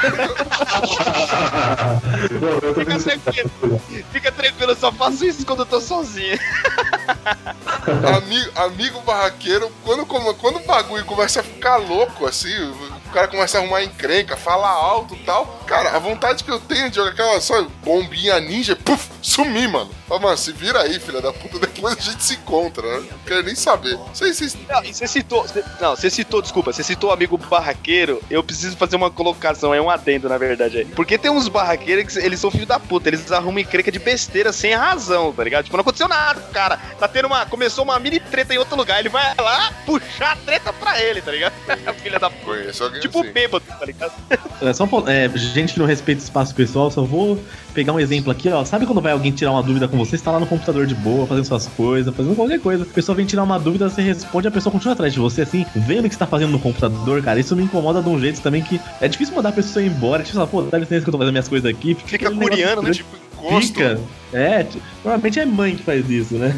Não, eu tô Fica pensando- tranquilo. Fica tranquilo, eu só faço isso quando eu tô sozinho. amigo, amigo barraqueiro, quando, quando o bagulho começa a ficar louco, assim, o cara começa a arrumar encrenca, falar alto e tal, cara, a vontade que eu tenho de jogar aquela só bombinha ninja, puf, sumir, mano. Fala, mano, se vira aí, filha da puta, depois a gente se encontra, né? Não quero nem saber. Sei se... Não, e você citou, cê, não, você citou, desculpa, você citou o amigo barraqueiro, eu preciso fazer uma colocação, é um adendo, na verdade, aí. Porque tem uns barraqueiros que eles são filho da puta, eles arrumam encrenca de besteira sem razão, tá ligado? Tipo, não aconteceu nada, cara. Tá tendo uma, começou uma mini treta em outro lugar, ele vai lá puxar a treta pra ele, tá ligado? Filha da puta. Tipo assim. Bêbado, tá ligado? É, só, é, gente que não respeita o espaço pessoal, só vou pegar um exemplo aqui, ó. Sabe quando vai alguém tirar uma dúvida com você? Você tá lá no computador de boa, fazendo suas coisas, fazendo qualquer coisa. A pessoa vem tirar uma dúvida, você responde, a pessoa continua atrás de você, assim, vendo o que você tá fazendo no computador, cara. Isso me incomoda de um jeito também que é difícil mandar a pessoa embora. Tipo, falar, pô, dá licença que eu tô fazendo minhas coisas aqui. Fica, Fica curiando, né? Tipo, gosto. Fica. É, t- normalmente é mãe que faz isso, né?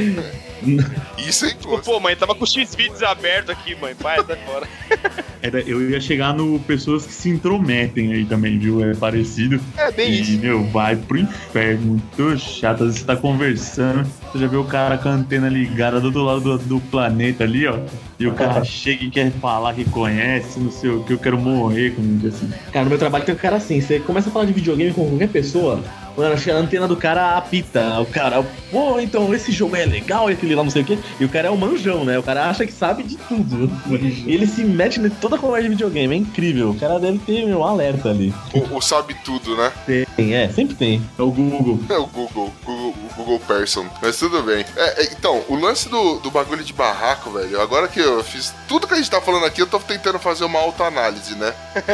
Isso é tipo, pô, mãe, tava com os X-Vídeos aberto aqui, mãe. Pai, sai fora. Era, eu ia chegar no pessoas que se intrometem aí também, viu? É parecido. É bem e, isso. meu, vai pro inferno. Muito chato. Às vezes você tá conversando, você já vê o cara com a antena ligada do outro lado do, do planeta ali, ó. E o cara chega e quer falar que conhece, não sei o que, eu quero morrer com isso assim. Cara, no meu trabalho tem um cara assim, você começa a falar de videogame com qualquer pessoa, mano, acho que a antena do cara apita. O cara, pô, então esse jogo é legal, aquele lá não sei o que. E o cara é um manjão, né? O cara acha que sabe de tudo. E ele se mete em toda a conversa de videogame, é incrível. O cara deve ter meu alerta ali. O, o sabe tudo, né? Tem, é, sempre tem. É o Google. É o Google, Google, o Google Person. Mas tudo bem. É, é, então, o lance do, do bagulho de barraco, velho, agora que eu fiz tudo que a gente tá falando aqui, eu tô tentando fazer uma autoanálise, né?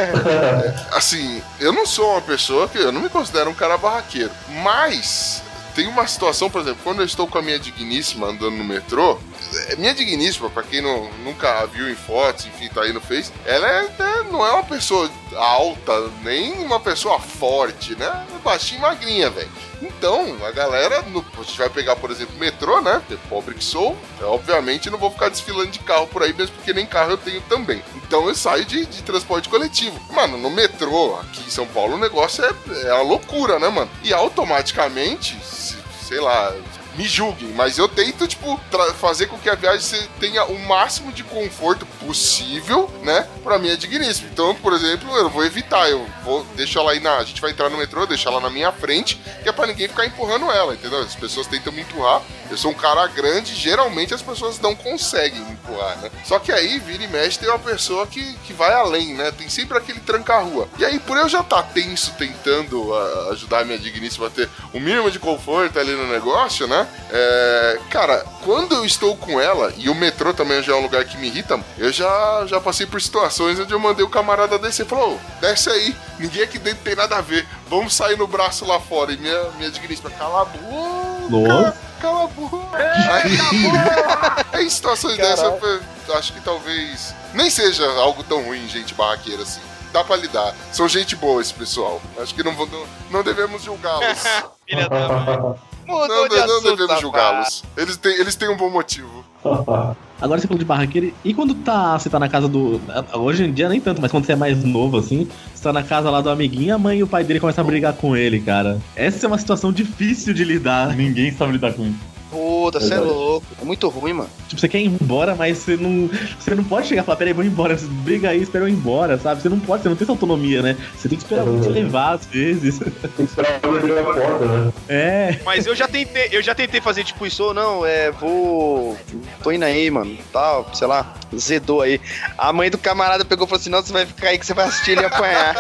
É, assim, eu não sou uma pessoa que... Eu não me considero um cara barraqueiro. Mas... Tem uma situação, por exemplo, quando eu estou com a minha digníssima andando no metrô, minha digníssima, pra quem não, nunca a viu em fotos, enfim, tá aí no Face, ela é, é, não é uma pessoa alta, nem uma pessoa forte, né? É baixinha e magrinha, velho. Então, a galera, no, a gente vai pegar, por exemplo, o metrô, né? Porque pobre que sou, eu, obviamente não vou ficar desfilando de carro por aí, mesmo porque nem carro eu tenho também. Então eu saio de, de transporte coletivo. Mano, no metrô, aqui em São Paulo, o negócio é, é uma loucura, né, mano? E automaticamente, se, sei lá... Me julguem, mas eu tento, tipo, tra- fazer com que a viagem tenha o máximo de conforto possível, né, pra minha digníssima. Então, por exemplo, eu vou evitar, eu vou deixar ela aí na... A gente vai entrar no metrô, deixar ela na minha frente, que é pra ninguém ficar empurrando ela, entendeu? As pessoas tentam me empurrar, eu sou um cara grande, geralmente as pessoas não conseguem me empurrar, né? Só que aí, vira e mexe, tem uma pessoa que, que vai além, né? Tem sempre aquele tranca-rua. E aí, por eu já estar tenso, tentando uh, ajudar a minha digníssima a ter o mínimo de conforto ali no negócio, né? É, cara, quando eu estou com ela, e o metrô também já é um lugar que me irrita, eu já, já passei por situações onde eu mandei o camarada descer, falou, oh, desce aí, ninguém aqui dentro tem nada a ver, vamos sair no braço lá fora. E minha, minha digníssima, cala a boca, Nossa. cala a boca. Aí, aí, em situações dessas, eu acho que talvez nem seja algo tão ruim, gente barraqueira assim. Dá pra lidar. São gente boa esse pessoal. Acho que não, não, não devemos julgá-los. Filha da mãe. Mudou Não, de não assunto, devemos rapaz. julgá-los. Eles têm, eles têm um bom motivo. Agora você falou de barraqueiro, e quando tá, você tá na casa do... Hoje em dia nem tanto, mas quando você é mais novo, assim, você tá na casa lá do amiguinho, a mãe e o pai dele começam a brigar com ele, cara. Essa é uma situação difícil de lidar. Ninguém sabe lidar com isso. Puta, você é louco. É muito ruim, mano. Tipo, você quer ir embora, mas você não... Você não pode chegar e falar, peraí, vou embora. Você briga aí, espera eu ir embora, sabe? Você não pode, você não tem essa autonomia, né? Você tem que esperar alguém te levar, às vezes. Tem que esperar alguém abrir a porta, né? É. Mas eu já tentei, eu já tentei fazer tipo isso, ou não, é, vou... Tô indo aí, mano, tal, sei lá, zedou aí. A mãe do camarada pegou e falou assim, não, você vai ficar aí que você vai assistir ele apanhar.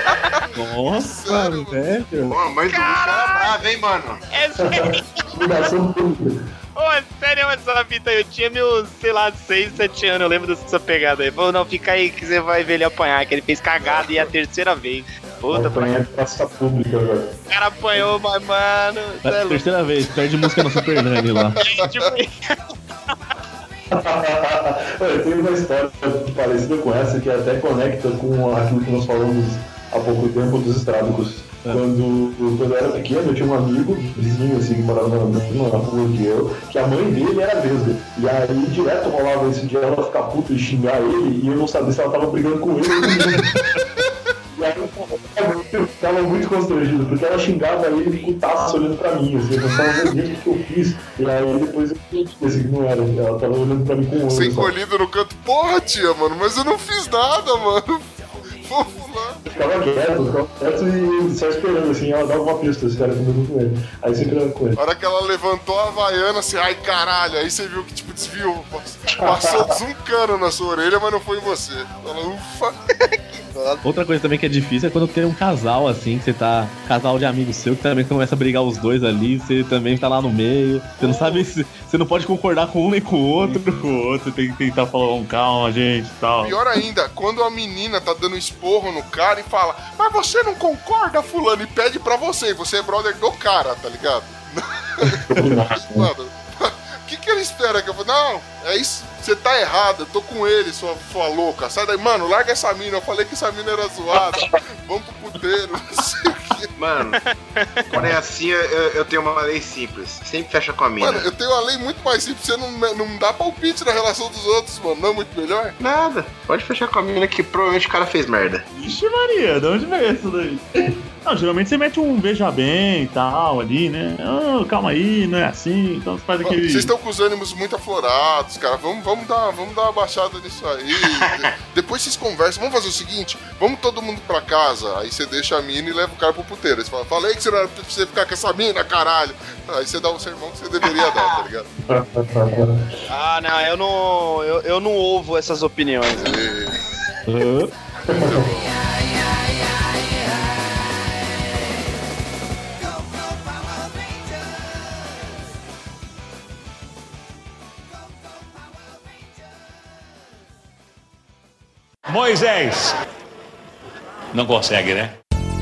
Nossa, Sério, velho. Pô, a mãe do bicho era brava, hein, mano? É sério. Ligação pública. Ô, é sério essa fita. Eu tinha meus, sei lá, seis, sete anos. Eu lembro dessa pegada aí. Falou, não, fica aí que você vai ver ele apanhar. Que ele fez cagada e é a terceira vez. Puta, pra... Apanhar de praça pública, velho. O cara apanhou, mas, mano. cê é louco. Terceira vez, perde música no Super Nani lá. Tipo, Olha, tem uma história parecida com essa que até conecta com aquilo que nós falamos há pouco tempo dos estrábicos. É. Quando, quando eu era pequeno, eu tinha um amigo, vizinho assim, que morava na mesma rua que eu, que a mãe dele era vesga. E aí direto rolava isso de ela ficar puta e xingar ele, e eu não sabia se ela tava brigando com ele. E aí eu ficava tava muito constrangido, porque ela xingava ele com o taço olhando pra mim, assim, eu pensava, meu Deus, o que eu fiz? E aí depois eu pensei que não era, ela tava olhando pra mim com o olho. Você encolhido no canto, porra, tia, mano, mas eu não fiz nada, mano. Fofo lá. Eu ficava quieto, ficava quieto e só esperando, assim, ela dava uma pista, esse cara comigo com ele. Aí sempre era com ele. A hora que ela levantou a havaiana, assim, ai caralho, aí você viu que tipo desviou. Passou um cano na sua orelha, mas não foi em você. Ela, ufa. Outra coisa também que é difícil é quando tem um casal assim, que você tá. Casal de amigos seu, que também começa a brigar os dois ali, você também tá lá no meio. Você não sabe se. Você não pode concordar com um nem com o outro. Com o outro, tem que tentar falar um calma, gente e tal. Pior ainda, quando a menina tá dando esporro no cara e fala, mas você não concorda, fulano, e pede pra você, e você é brother do cara, tá ligado? Mano, o que, que ele espera que eu falo? Não, é isso, você tá errado, eu tô com ele, sua, sua louca. Sai daí, mano, larga essa mina. Eu falei que essa mina era zoada. Vamos pro puteiro, não sei o quê. Mano, quando é assim, eu, eu tenho uma lei simples. Sempre fecha com a mina. Mano, eu tenho uma lei muito mais simples. Você não, não dá palpite na relação dos outros, mano. Não é muito melhor? Nada. Pode fechar com a mina que provavelmente o cara fez merda. Ixi Maria, de onde veio isso daí? Não, geralmente você mete um beija bem e tal ali, né? Oh, calma aí, não é assim. Então você faz aquele... Vocês estão com os ânimos muito aflorados, cara. Vamos, vamos, dar, vamos dar uma baixada nisso aí. De- depois vocês conversam. Vamos fazer o seguinte: vamos todo mundo pra casa. Aí você deixa a mina e leva o cara pro puteiro. Aí você fala, falei que você não era pra você ficar com essa mina, caralho. Aí você dá um sermão que você deveria dar, tá ligado? Ah, não, eu não. Eu, eu não ouvo essas opiniões. E... Moisés. Não consegue, né?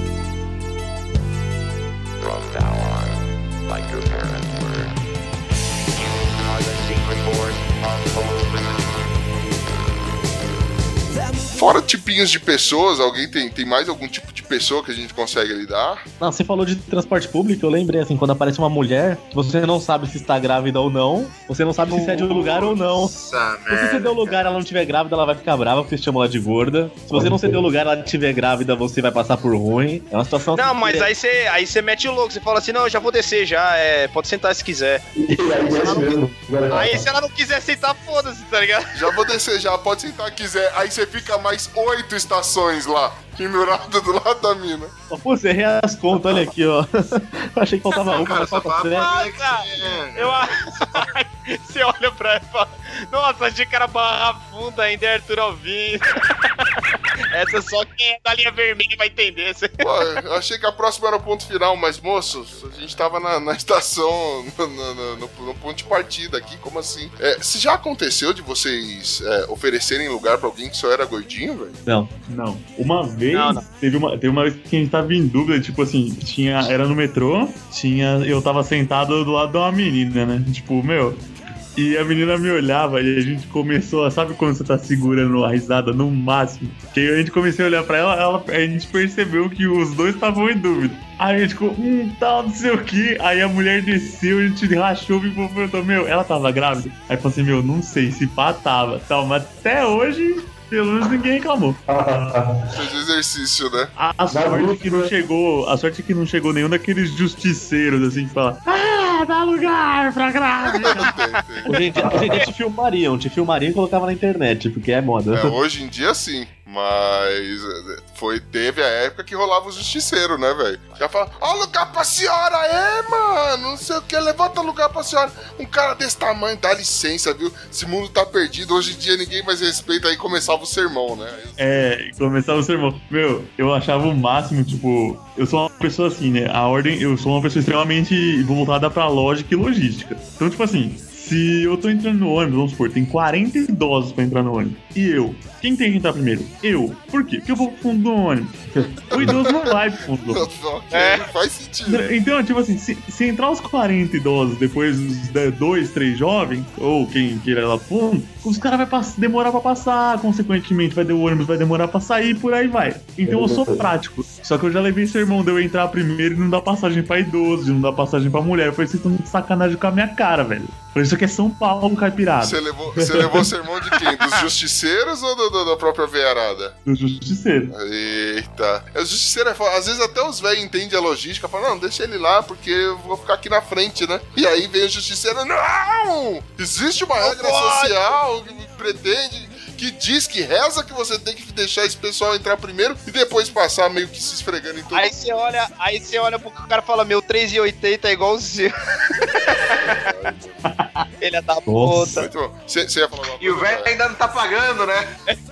Fora tipinhos de pessoas, alguém tem, tem mais algum tipo de pessoa que a gente consegue lidar? Não, você falou de transporte público, eu lembrei assim, quando aparece uma mulher, que você não sabe se está grávida ou não, você não sabe se cede o lugar ou não. Nossa, Se você ceder o lugar e ela não estiver grávida, ela vai ficar brava, porque você chama ela de gorda. Se você não ceder o lugar e ela estiver grávida, você vai passar por ruim. É uma situação... Não, assim, mas que- aí você aí você mete o louco, você fala assim, não, eu já vou descer já, é, pode sentar se quiser. E aí é isso mesmo. Agora, Aí se ela não quiser sentar, foda-se, tá ligado? Já vou descer, já pode sentar quiser. Aí você fica mais oito estações lá, pendurado do lado da mina. Pô, você errei as contas, olha aqui, ó. Eu achei que faltava uma, Cara, mas só falta fala sete. pra Eu Você olha pra ela e fala, nossa, achei que era Barra Funda ainda, é Arthur Alvim. Essa só quem é da linha vermelha vai entender. Pô, eu achei que a próxima era o ponto final, mas, moços, a gente tava na, na estação, no, no, no- no ponto de partida aqui, como assim? É, se já aconteceu de vocês é, oferecerem lugar pra alguém que só era gordinho, velho? Não. Não. Uma vez, Não, não. Teve, uma, teve uma vez que a gente tava em dúvida, tipo assim, tinha, era no metrô, tinha, eu tava sentado do lado de uma menina, né? Tipo, meu. E a menina me olhava e a gente começou a. Sabe quando você tá segurando a risada no máximo? Que aí a gente começou a olhar pra ela, ela a gente percebeu que os dois estavam em dúvida. Aí a gente ficou, hum, tal, não sei o que. Aí a mulher desceu, a gente rachou e perguntou, meu, ela tava grávida? Aí falou assim, meu, não sei se pá tava. Tal, mas até hoje, pelo menos ninguém reclamou. Fez exercício, né? A, a sorte é que não chegou. A sorte é que não chegou nenhum daqueles justiceiros assim que fala. Ah, dá lugar pra grávida. Tem, tem. Hoje em dia, hoje em dia te filmariam, te filmariam e colocavam na internet, porque é moda. É, hoje em dia sim, mas foi, teve a época que rolava o justiceiro, né, velho? Já fala, ó, lugar pra senhora aí, mano, não sei o que, levanta lugar pra senhora. Um cara desse tamanho, dá licença, viu? Esse mundo tá perdido, hoje em dia ninguém mais respeita, aí começava o sermão, né? Aí, É, começava o sermão. Meu, eu achava o máximo, tipo, eu sou uma pessoa assim, né? A ordem, eu sou uma pessoa extremamente voltada pra lógica e logística. Então, tipo assim, se eu tô entrando no ônibus, vamos supor, tem quarenta idosos pra entrar no ônibus. E eu, quem tem que entrar primeiro? Eu. Por quê? Porque eu vou pro fundo do ônibus. O idoso não vai pro fundo do ônibus. ok, faz sentido. Então, tipo assim, se, se entrar os quarenta idosos, depois os de- dois, três jovens, ou quem queira lá fundo, os caras vão demorar pra passar, consequentemente vai, o ônibus vai demorar pra sair, por aí vai. Então eu sou prático. Só que eu já levei sermão de eu entrar primeiro e não dar passagem pra idoso, de não dar passagem pra mulher. Eu falei, vocês estão de sacanagem com a minha cara, velho. Eu falei, isso aqui é São Paulo, caipirada. Você levou, você levou o sermão de quem? Dos justiceiros justiceiros ou do, do, da própria veiarada? Do justiceiro. Eita. O justiceiro é foda. Às vezes até os velhos entendem a logística, falam, não, deixa ele lá, porque eu vou ficar aqui na frente, né? E aí vem o justiceiro, não! Existe uma regra social que pretende... que diz, que reza que você tem que deixar esse pessoal entrar primeiro e depois passar meio que se esfregando em todo Aí você olha, aí você olha pro cara e fala, meu, três e oitenta é igual o seu. Ele é da puta. Muito bom. Você ia falar uma E o velho ainda não tá pagando, né?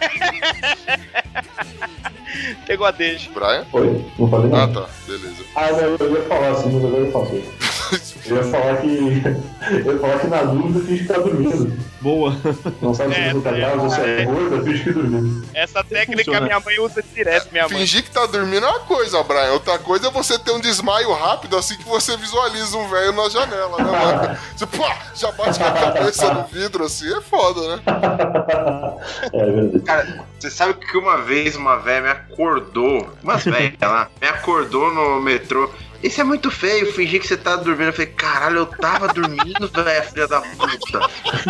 Pegou a deixa. Brian? Oi, não falei Ah, nada. tá. Beleza. Ah, não, eu ia falar assim, mas agora eu faço. Eu ia falar que. Eu ia falar que na dúvida finge que tá dormindo. Boa. Não sabe se É, você tá é, grávida ou se é é. gorda, finge que dormindo. Essa técnica funciona. minha mãe usa direto, minha mãe. Fingir que tá dormindo é uma coisa, Brian. Outra coisa é você ter um desmaio rápido assim que você visualiza um velho na janela, né, mano? Você pá, já bate com a cabeça no vidro assim, é foda, né? É verdade. Cara, você sabe que uma vez uma velha me acordou, umas velhas lá, me acordou no metrô. Isso é muito feio, fingir que você tá dormindo. Eu falei, caralho, eu tava dormindo, velho, filha da puta.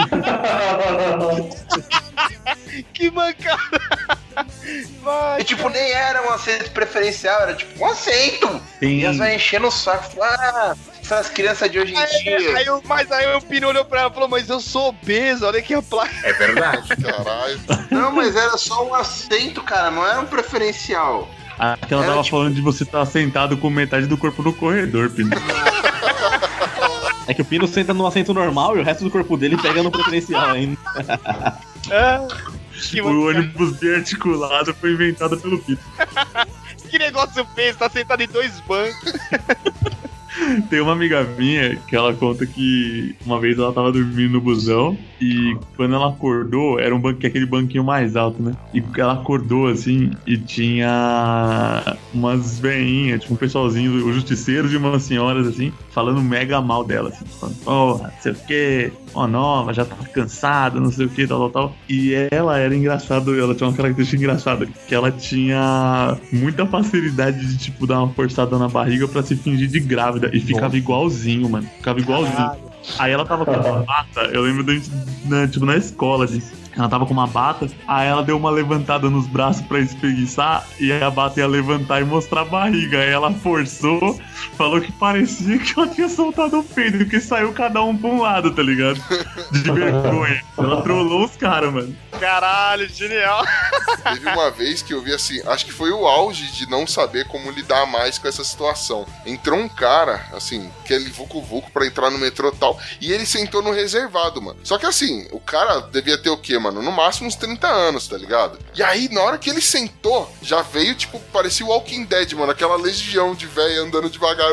Que mancada. Vai. E tipo, nem era um assento preferencial, era tipo um assento. Tem- E as velhas enchendo o saco, falando, ah, essas crianças de hoje em Aí, dia. aí, eu- mas aí o Pino olhou pra ela e falou, mas eu sou obeso, olha aqui a placa. É verdade. Caralho. Não, mas era só um assento, cara, não era um preferencial. Aquela Era tava tipo- falando de você estar sentado com metade do corpo no corredor, Pino. É que o Pino senta no assento normal e o resto do corpo dele pega no preferencial ainda. Ah, que, O ônibus biarticulado foi inventado pelo Pino. que negócio feio, você tá sentado em dois bancos. Tem uma amiga minha que ela conta que uma vez ela tava dormindo no busão e quando ela acordou, era um banco, aquele banquinho mais alto, né? E ela acordou assim e tinha umas veinhas, tipo um pessoalzinho, os justiceiros e umas senhoras assim, falando mega mal dela, assim, falando, porra, não sei o que, ó, nova, já tá cansada, não sei o que, tal, tal, tal. E ela era engraçada, ela tinha uma característica engraçada, que ela tinha muita facilidade de, tipo, dar uma forçada na barriga pra se fingir de grávida. E ficava igualzinho, mano. Ficava igualzinho. Aí ela tava com uma bata, eu lembro da gente, na, tipo, na escola disso. Ela tava com uma bata, aí ela deu uma levantada nos braços pra espreguiçar e a bata ia levantar e mostrar a barriga. Aí ela forçou, falou que parecia que ela tinha soltado o peido, porque saiu cada um pra um lado, tá ligado? De vergonha. Ela trollou os caras, mano. Caralho, genial. Teve uma vez que eu vi assim, acho que foi o auge de não saber como lidar mais com essa situação. Entrou um cara, assim, que ele vucu-vucu pra entrar no metrô e tal, e ele sentou no reservado, mano. Só que assim, o cara devia ter o quê, mano? No máximo uns trinta anos, tá ligado? E aí, na hora que ele sentou, já veio, tipo, parecia o Walking Dead, mano, aquela legião de véia andando devagar.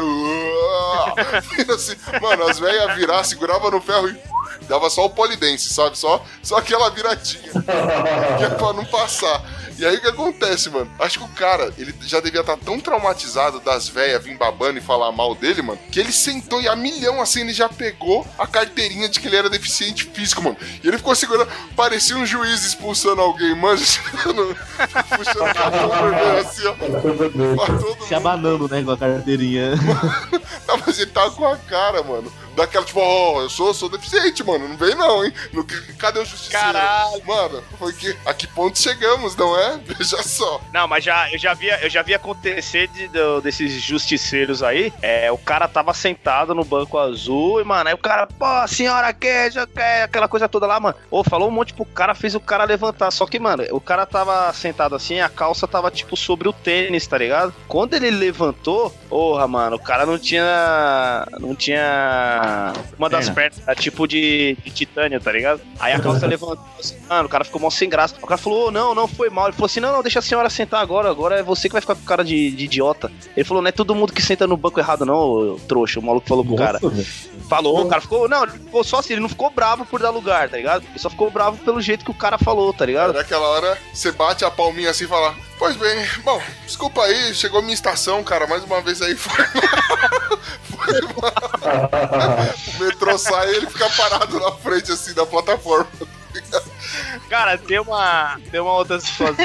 Assim, mano, as véias virar, segurava no ferro e dava só o polidense, sabe? Só, só aquela viradinha. Que é pra não passar. E aí o que acontece, mano? Acho que o cara, ele já devia estar tão traumatizado das véias vir babando e falar mal dele, mano, que ele sentou e a milhão, assim, ele já pegou a carteirinha de que ele era deficiente físico, mano. E ele ficou segurando, parecia um juiz expulsando alguém, manja, puxando o cartão vermelho assim, ó. Pra todo Se mundo. abanando, né, com a carteirinha. Não, mas ele tava com a cara, mano. Daquela, tipo, ó, oh, eu sou, sou deficiente, mano. Não vem não, hein? No, cadê o justiceiro? Caralho. Mano, foi que. A que ponto chegamos, não é? Veja só. Não, mas já, eu já vi, eu já vi acontecer de, do- desses justiceiros aí. É, o cara tava sentado no banco azul e, mano, aí o cara, pô, a senhora quer, já quer, aquela coisa toda lá, mano. Ô, falou um monte pro cara, fez o cara levantar. Só que, mano, o cara tava sentado assim, a calça tava, tipo, sobre o tênis, tá ligado? Quando ele levantou, porra, mano, o cara não tinha. Não tinha. Uma das Perna. pernas, tipo de, de titânio, tá ligado? Aí a calça levantou assim, mano, o cara ficou mal sem graça. O cara falou, oh, não, não foi mal. Ele falou assim, não, não, deixa a senhora sentar agora, agora é você que vai ficar com cara de, de idiota. Ele falou, não é todo mundo que senta no banco errado não, ô, trouxa. O maluco falou pro cara. velho. Falou, o cara ficou, não, ele ficou só assim, ele não ficou bravo por dar lugar, tá ligado? Ele só ficou bravo pelo jeito que o cara falou, tá ligado? Naquela hora, você bate a palminha assim e fala: pois bem, bom, desculpa aí, chegou a minha estação, cara, mais uma vez aí foi mal. Foi mal. O metrô sai e ele fica parado na frente assim da plataforma. Cara, tem uma, tem uma outra situação.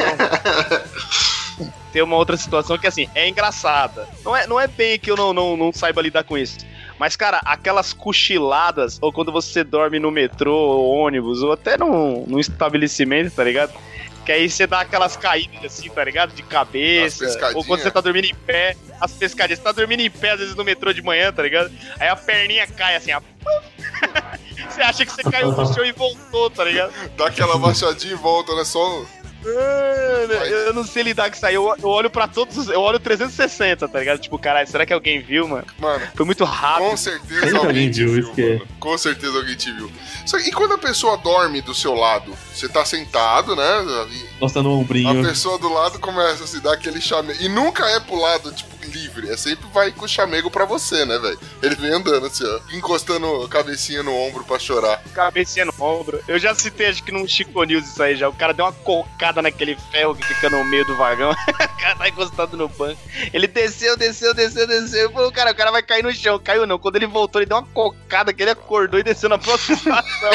Tem uma outra situação que, assim, é engraçada. Não é, não é bem que eu não, não, não saiba lidar com isso. Mas, cara, aquelas cochiladas, ou quando você dorme no metrô, ou ônibus, ou até num, num estabelecimento, tá ligado? Que aí você dá aquelas caídas assim, tá ligado? De cabeça. Ou quando você tá dormindo em pé, as pescadinhas. Você tá dormindo em pé, às vezes no metrô de manhã, tá ligado? Aí a perninha cai assim, ó. Você acha que você caiu no chão e voltou, tá ligado? Dá aquela baixadinha e volta, né? Só... Mano, eu não sei lidar com isso aí. Eu, eu olho pra todos, eu olho trezentos e sessenta, tá ligado? Tipo, caralho, será que alguém viu, mano? Mano, foi muito rápido. Com certeza alguém, alguém te viu, viu que é. Com certeza alguém te viu. E quando a pessoa dorme do seu lado, você tá sentado, né? Mostrando o ombrinho. A pessoa do lado começa a se dar aquele chamego. E nunca é pro lado, tipo, livre. É sempre vai com o chamego pra você, né, velho? Ele vem andando assim, ó, encostando a cabecinha no ombro pra chorar. Cabecinha no ombro. Eu já citei, acho que num Chico News isso aí já. O cara deu uma cocada naquele ferro que fica no meio do vagão. O cara tá encostado no banco. Ele desceu, desceu, desceu, desceu. Falei, cara, o cara vai cair no chão. Caiu não. Quando ele voltou, ele deu uma cocada que ele acordou e desceu na próxima estação.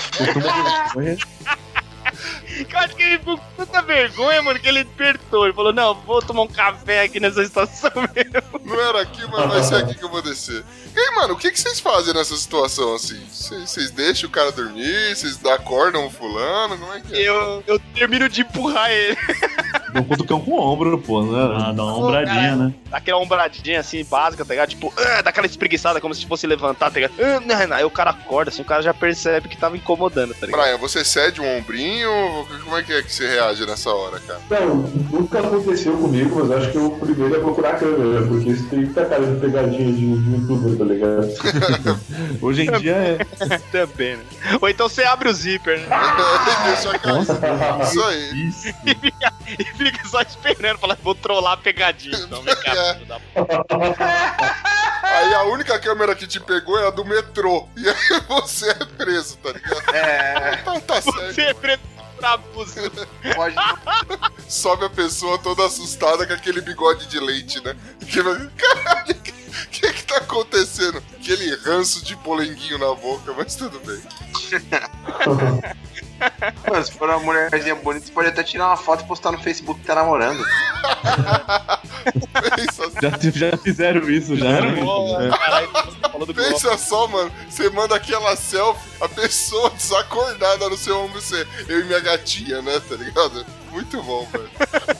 Eu acho que ele ficou com tanta vergonha, mano, que ele apertou. Ele falou, não, vou tomar um café aqui nessa estação mesmo. Não era aqui, mas vai ser aqui que eu vou descer. E aí, mano, o que, que vocês fazem nessa situação, assim? Vocês deixam o cara dormir? Vocês acordam o fulano? Como é que é? Eu, eu termino de empurrar ele. Dá um cutucão com o ombro, pô, né? Ah, dá uma ombradinha, cara, né? Dá aquela ombradinha, assim, básica, tá ligado? Tipo, uh, dá aquela espreguiçada, como se fosse levantar, tá ligado? Uh, não, não. Aí o cara acorda, assim, o cara já percebe que tava incomodando, tá ligado? Brian, você cede um ombrinho? Como é que é que você reage nessa hora, cara? Não, nunca aconteceu comigo, mas acho que o primeiro é procurar a câmera, porque isso tem que tá cara de pegadinha de um youtuber, tá ligado? Hoje em dia é. Também, né? Ou então você abre o zíper, né? Deixa a cara. Isso aí. Isso. E fica, e fica só esperando, falar, vou trollar a pegadinha. Então, vem cá, É. filho da p***. Aí a única câmera que te pegou é a do metrô. E aí você é preso, tá ligado? É. Então tá certo. Você é preto pra abuso. Pode. Sobe a pessoa toda assustada com aquele bigode de leite, né? Que vai- Caralho, o que que tá acontecendo? Aquele ranço de polenguinho na boca, mas tudo bem. Mano, se for uma mulherzinha bonita, você pode até tirar uma foto e postar no Facebook que tá namorando. Pensa, Já, já fizeram isso, já. Era bom, É. caralho, falou do golpe. pensa só, mano. Você manda aquela selfie, a pessoa desacordada no seu ombro, você, eu e minha gatinha, né? Tá ligado? Muito bom, velho.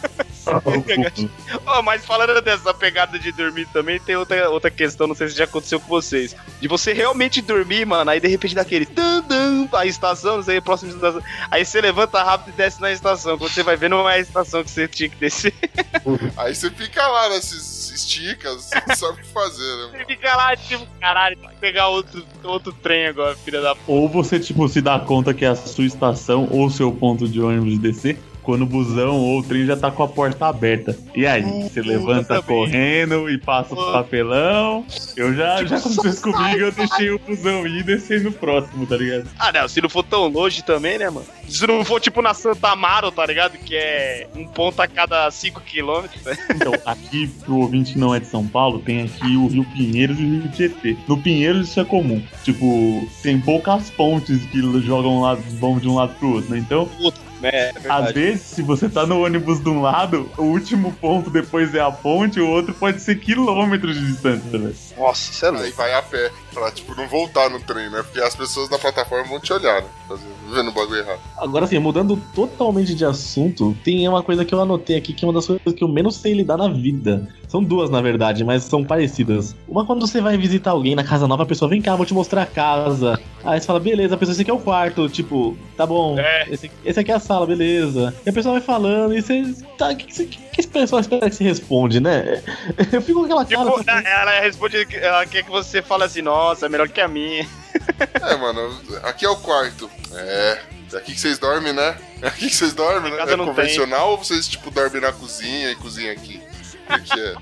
Oh, mas falando dessa pegada de dormir também, tem outra, outra questão, não sei se já aconteceu com vocês. De você realmente dormir, mano, aí de repente dá aquele tum, tum, a estação, não sei, a próxima estação. Aí você levanta rápido e desce na estação. Quando você vai ver, não é a estação que você tinha que descer. Aí você fica lá, né? Se se estica, você não sabe o que fazer, né? Você Mano? fica lá, tipo, caralho, tem que pegar outro, outro trem agora, filha da p. Ou você, tipo, se dá conta que é a sua estação ou o seu ponto de ônibus de descer, quando o busão ou o trem já tá com a porta aberta. E aí, você levanta também. correndo e passa o papelão. Eu já, já aconteceu isso comigo, eu deixei o busão ir e desci no próximo, tá ligado? Ah, não, se não for tão longe também, né, mano? Se não for tipo na Santa Amaro, tá ligado? Que é um ponto a cada cinco quilômetros, né? Então, aqui, pro ouvinte que não é de São Paulo, tem aqui o Rio Pinheiros e o Rio Tietê. No Pinheiros isso é comum. Tipo, tem poucas pontes que jogam lá, vão de um lado pro outro, né? Então, É, às vezes, se você tá no ônibus de um lado, o último ponto depois é a ponte, o outro pode ser quilômetros de distância, velho. Nossa, isso é louco. Aí vai a pé, pra, tipo, não voltar no trem, né? Porque as pessoas na plataforma vão te olhar, né? Fazendo, vendo o bagulho errado. Agora sim, mudando totalmente de assunto, tem uma coisa que eu anotei aqui que é uma das coisas que eu menos sei lidar na vida. São duas, na verdade, mas são parecidas. Uma, quando você vai visitar alguém na casa nova, a pessoa, vem cá, vou te mostrar a casa. Aí você fala, beleza, a pessoa, esse aqui é o quarto, tipo, tá bom, É. esse, esse aqui é a sala, beleza. E a pessoa vai falando, e você, tá, o que, que, que, que esse pessoal espera que você responde, né? Eu fico com aquela cara... Tipo, assim, ela responde, ela quer que você fale assim, nossa, é melhor que a minha. É, mano, aqui é o quarto. É, é aqui que vocês dormem, né? É aqui que vocês dormem, né? casa É não convencional ou vocês, tipo, dormem na cozinha e cozinham aqui? O que é?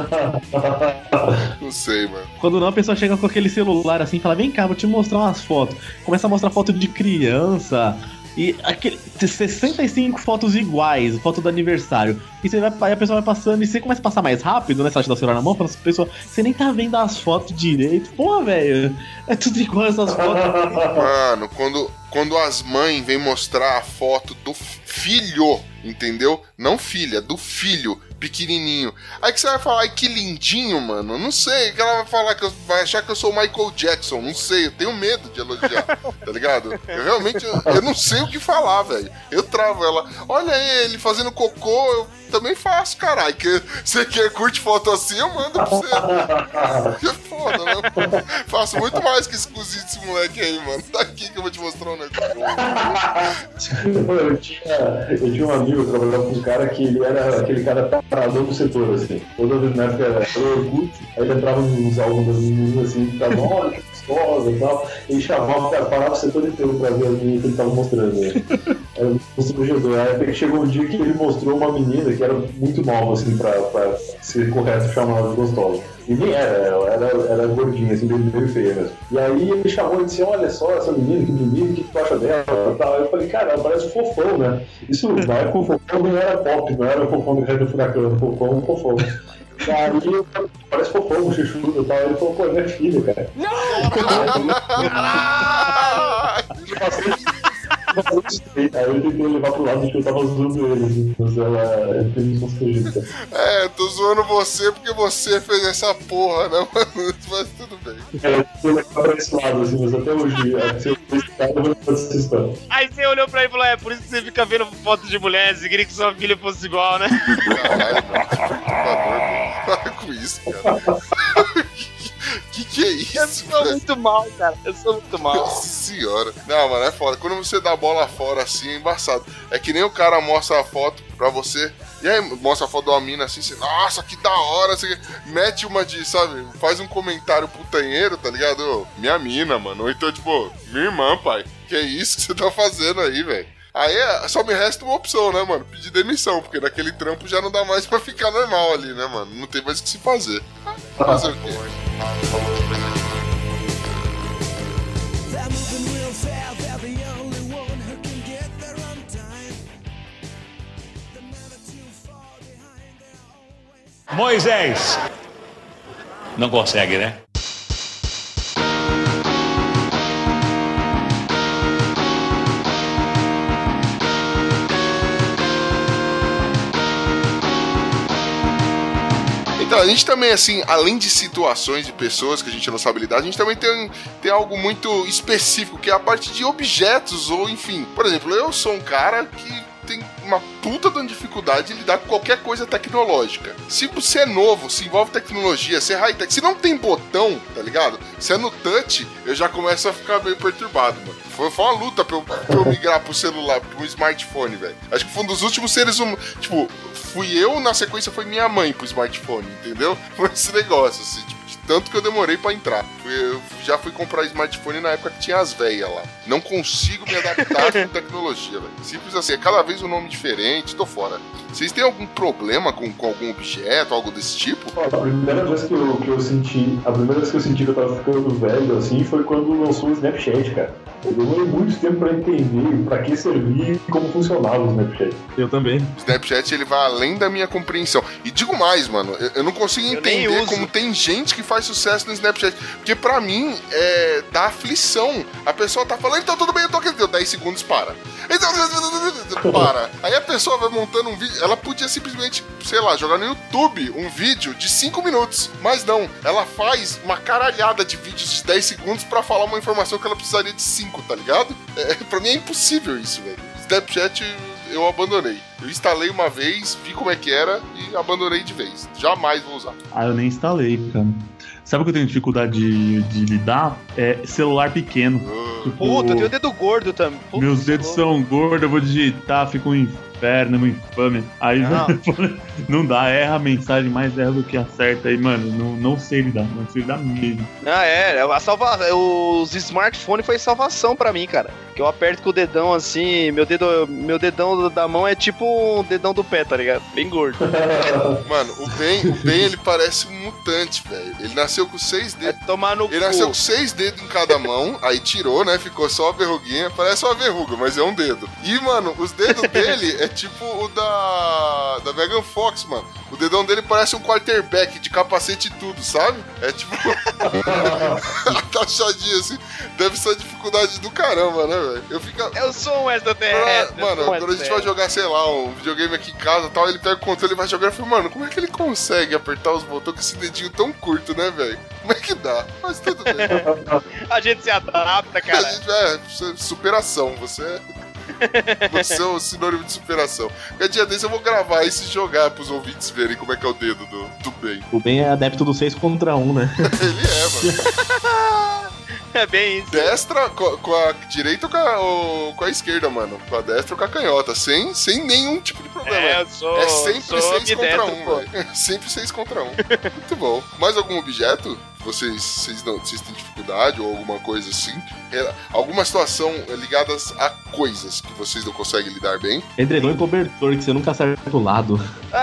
Não sei, mano. Quando não, a pessoa chega com aquele celular assim e fala, vem cá, vou te mostrar umas fotos. Começa a mostrar foto de criança e aquele sessenta e cinco fotos iguais, foto do aniversário. E você vai, aí a pessoa vai passando e você começa a passar mais rápido, né? Você acha o celular na mão, fala pra pessoa, você nem tá vendo as fotos direito. Porra, velho, é tudo igual essas fotos. Mano, quando, quando as mães vêm mostrar a foto do filho, entendeu? Não filha, do filho. pequenininho. Aí que você vai falar, ai, que lindinho, mano. Não sei, que ela vai falar que eu, vai achar que eu sou o Michael Jackson. Não sei, eu tenho medo de elogiar, tá ligado? Eu realmente, eu, eu não sei o que falar, velho. Eu travo ela. Olha ele fazendo cocô, eu também faço, caralho. Que você quer curte foto assim, eu mando pra você. Que foda, né? Faço muito mais que esse cozinho desse moleque aí, mano. Tá aqui que eu vou te mostrar um negócio. eu, tinha, eu tinha um amigo que trabalhava com um cara que ele era aquele cara parador do setor, assim. Toda vez na época era Orkut, aí ele entrava nos álbuns das meninas assim, que tava, olha que gostosa e tal. Ele chamava, cara, parava o setor inteiro pra ver as meninas que ele tava mostrando. Né? Era muito constrangedor. Aí até que chegou um dia que ele mostrou uma menina que era muito nova, assim, pra, pra ser correto chamar ela de gostosa. E nem era, ela era, era gordinha, assim, meio feia mesmo. E aí ele chamou e disse, olha só essa menina, que menina, o que tu acha dela? E tal. Aí eu falei, cara, ela parece fofão, né? Isso, na época o fofão não era pop, não era o fofão do Rei do Furacão, o fofão, o fofão. Aí eu falei, parece fofão, o chuchudo e tal. Ele falou, pô, é minha filha, cara. Não! Aí eu tentei levar pro lado de que eu tava zoando ele, mas ela fez um constrangimento. É, eu tô zoando você porque você fez essa porra, né, mano? Mas tudo bem. É, eu vou levar pra esse lado, assim, mas até hoje, se eu fiz esse cara, eu vou levar essa história. Aí você olhou pra ele e falou, é, por isso que você fica vendo fotos de mulheres e queria que sua filha fosse igual, né? Caralho, mano. Para com isso, cara. Que que é isso? Eu sou velho? muito mal, cara. Eu sou muito mal. Nossa senhora. Não, mano, é foda. Quando você dá a bola fora assim, é embaçado. É que nem o cara mostra a foto pra você. E aí mostra a foto de uma mina assim, você, nossa, que da hora. Você mete uma de, sabe, faz um comentário putanheiro, tá ligado? Ô, minha mina, mano. Ou então, tipo, minha irmã, pai. Que é isso que você tá fazendo aí, velho? Aí só me resta uma opção, né, mano? Pedir demissão, porque naquele trampo já não dá mais pra ficar normal ali, né, mano? Não tem mais o que se fazer. Fazer o quê? Moisés. Não consegue, né? Então, a gente também, assim, além de situações de pessoas que a gente não sabe lidar, a gente também tem, tem algo muito específico, que é a parte de objetos, ou enfim. Por exemplo, eu sou um cara que tem uma puta de dificuldade de lidar com qualquer coisa tecnológica. Se você é novo, se envolve tecnologia, se é high-tech, se não tem botão, tá ligado? Se é no touch, eu já começo a ficar meio perturbado, mano. Foi, foi uma luta pra eu, pra eu migrar pro celular, pro smartphone, velho. Acho que foi um dos últimos seres humanos. Tipo, fui eu, na sequência foi minha mãe pro smartphone, entendeu? Foi esse negócio, assim, tipo, de tanto que eu demorei pra entrar. Eu já fui comprar smartphone na época que tinha as velhas lá. Não consigo me adaptar com tecnologia, velho. Simples assim, é cada vez um nome diferente, tô fora. Vocês têm algum problema com, com algum objeto, algo desse tipo? A primeira vez que eu, que eu senti, a primeira vez que eu senti que eu tava ficando velho, assim, foi quando lançou o Snapchat, cara. Eu demorei muito tempo pra entender pra que servia e como funcionava o Snapchat. Eu também. O Snapchat, ele vai além da minha compreensão. E digo mais, mano, eu, eu não consigo Eu entender como tem gente que faz sucesso no Snapchat. Porque pra mim, é, dá aflição. A pessoa tá falando, então tudo bem, eu tô aqui, deu dez segundos, para. Então, para. Aí a pessoa vai montando um vídeo, ela podia simplesmente, sei lá, jogar no YouTube um vídeo de cinco minutos. Mas não, ela faz uma caralhada de vídeos de dez segundos pra falar uma informação que ela precisaria de cinco, tá ligado? É, pra mim é impossível isso, velho. Snapchat eu abandonei. Eu instalei uma vez, vi como é que era e abandonei de vez. Jamais vou usar. Ah, eu nem instalei, cara. Sabe o que eu tenho dificuldade de, de lidar? É celular pequeno. Uh, Tipo, Puta, eu tenho o dedo gordo também. Puta, meus dedos são gordos, eu vou digitar, fica um inferno, uma infâmia. Aí Não. não dá, erra a mensagem, mais erra do que acerta. Aí, mano, não, não sei lidar, não sei lidar mesmo. Ah, é, a salva... os smartphones foi salvação pra mim, cara. Que eu aperto com o dedão assim, meu dedo, meu dedão da mão é tipo um dedão do pé, tá ligado? Bem gordo. Mano, o Ben, o Ben, ele parece um mutante, velho. Ele nasceu com seis É dedos. tomar no Ele cu. nasceu com seis dedos em cada mão, aí tirou, né? Ficou só a verruguinha. Parece uma verruga, mas é um dedo. E, mano, os dedos dele é tipo o da, da Megan Fox, mano. O dedão dele parece um quarterback de capacete e tudo, sabe? É tipo... Atachadinho assim. Deve ser a dificuldade do caramba, né, velho? Eu fico... Eu sou um extraterrestre. Mano, quando a gente vai jogar, sei lá, um videogame aqui em casa e tal, ele pega o controle e vai jogar. Eu falo, mano, como é que ele consegue apertar os botões com esse dedinho tão curto, né, velho? Como é que dá? Mas tudo bem. A gente se adapta, cara. A gente, é, superação. Você é... Você é o sinônimo de superação. Qualquer dia desse eu vou gravar isso e jogar pros ouvintes verem como é que é o dedo do, do Ben. O Ben é adepto do seis contra um, né? Ele é, mano. É bem isso. Destra com, com a direita ou com a, ou com a esquerda, mano. Com a destra ou com a canhota. Sem, sem nenhum tipo de problema. É, eu sou, é sempre seis contra um, pô. velho. Sempre seis contra um. Muito bom. Mais algum objeto? Vocês, vocês, não, vocês têm dificuldade ou alguma coisa assim? É, alguma situação ligadas a coisas que vocês não conseguem lidar bem? Edredom e cobertor, que você nunca acerta do lado.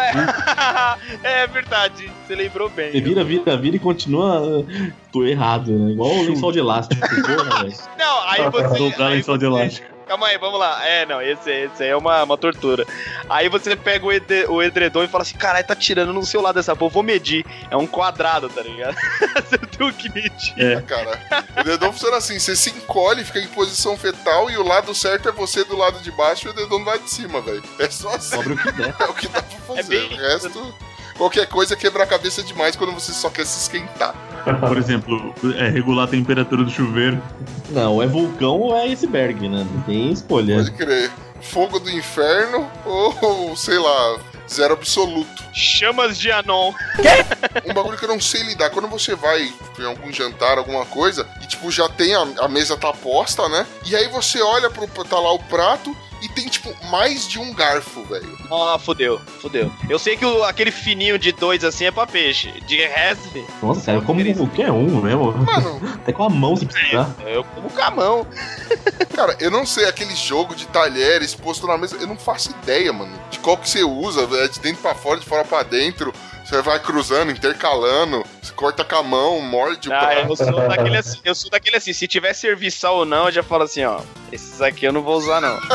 É, é verdade, você lembrou bem. Você vira, vira, vira e continua. Tô errado, né? Igual o lençol de elástico. Porra, velho. Não, aí você. Dobrar lençol de elástico. Calma aí, vamos lá. É, não, esse, esse aí é uma, uma tortura. Aí você pega o, ed, o edredom e fala assim, caralho, tá tirando no seu lado dessa porra, vou medir. É um quadrado, tá ligado? Você tem que medir. É, cara. O edredom funciona assim, você se encolhe, fica em posição fetal e o lado certo é você do lado de baixo e o edredom do lado de cima, velho. É só assim. Sobre o que der. É o que dá pra fazer. É bem... O resto... Qualquer coisa quebra a cabeça demais quando você só quer se esquentar. Por exemplo, é regular a temperatura do chuveiro. Não, é vulcão ou é iceberg, né? Não tem escolha. Pode crer. Fogo do inferno ou, sei lá, zero absoluto. Chamas de Anon. Um bagulho que eu não sei lidar. Quando você vai em algum jantar, alguma coisa, e tipo, já tem a, a mesa tá posta, né? E aí você olha pro... tá lá o prato... E tem, tipo, mais de um garfo, velho. Ah, fudeu, fudeu. Eu sei que o, aquele fininho de dois assim é pra peixe. De resto... Nossa, cara, eu como qualquer um mesmo. Mano... Até com a mão se precisar. É, eu como com a mão. Cara, eu não sei, aquele jogo de talheres posto na mesa, eu não faço ideia, mano. De qual que você usa, é de dentro pra fora, de fora pra dentro. Você vai cruzando, intercalando, você corta com a mão, morde o ah, prato. Eu sou daquele assim, eu sou daquele assim, se tiver serviçal ou não, eu já falo assim, ó, esses aqui eu não vou usar, não.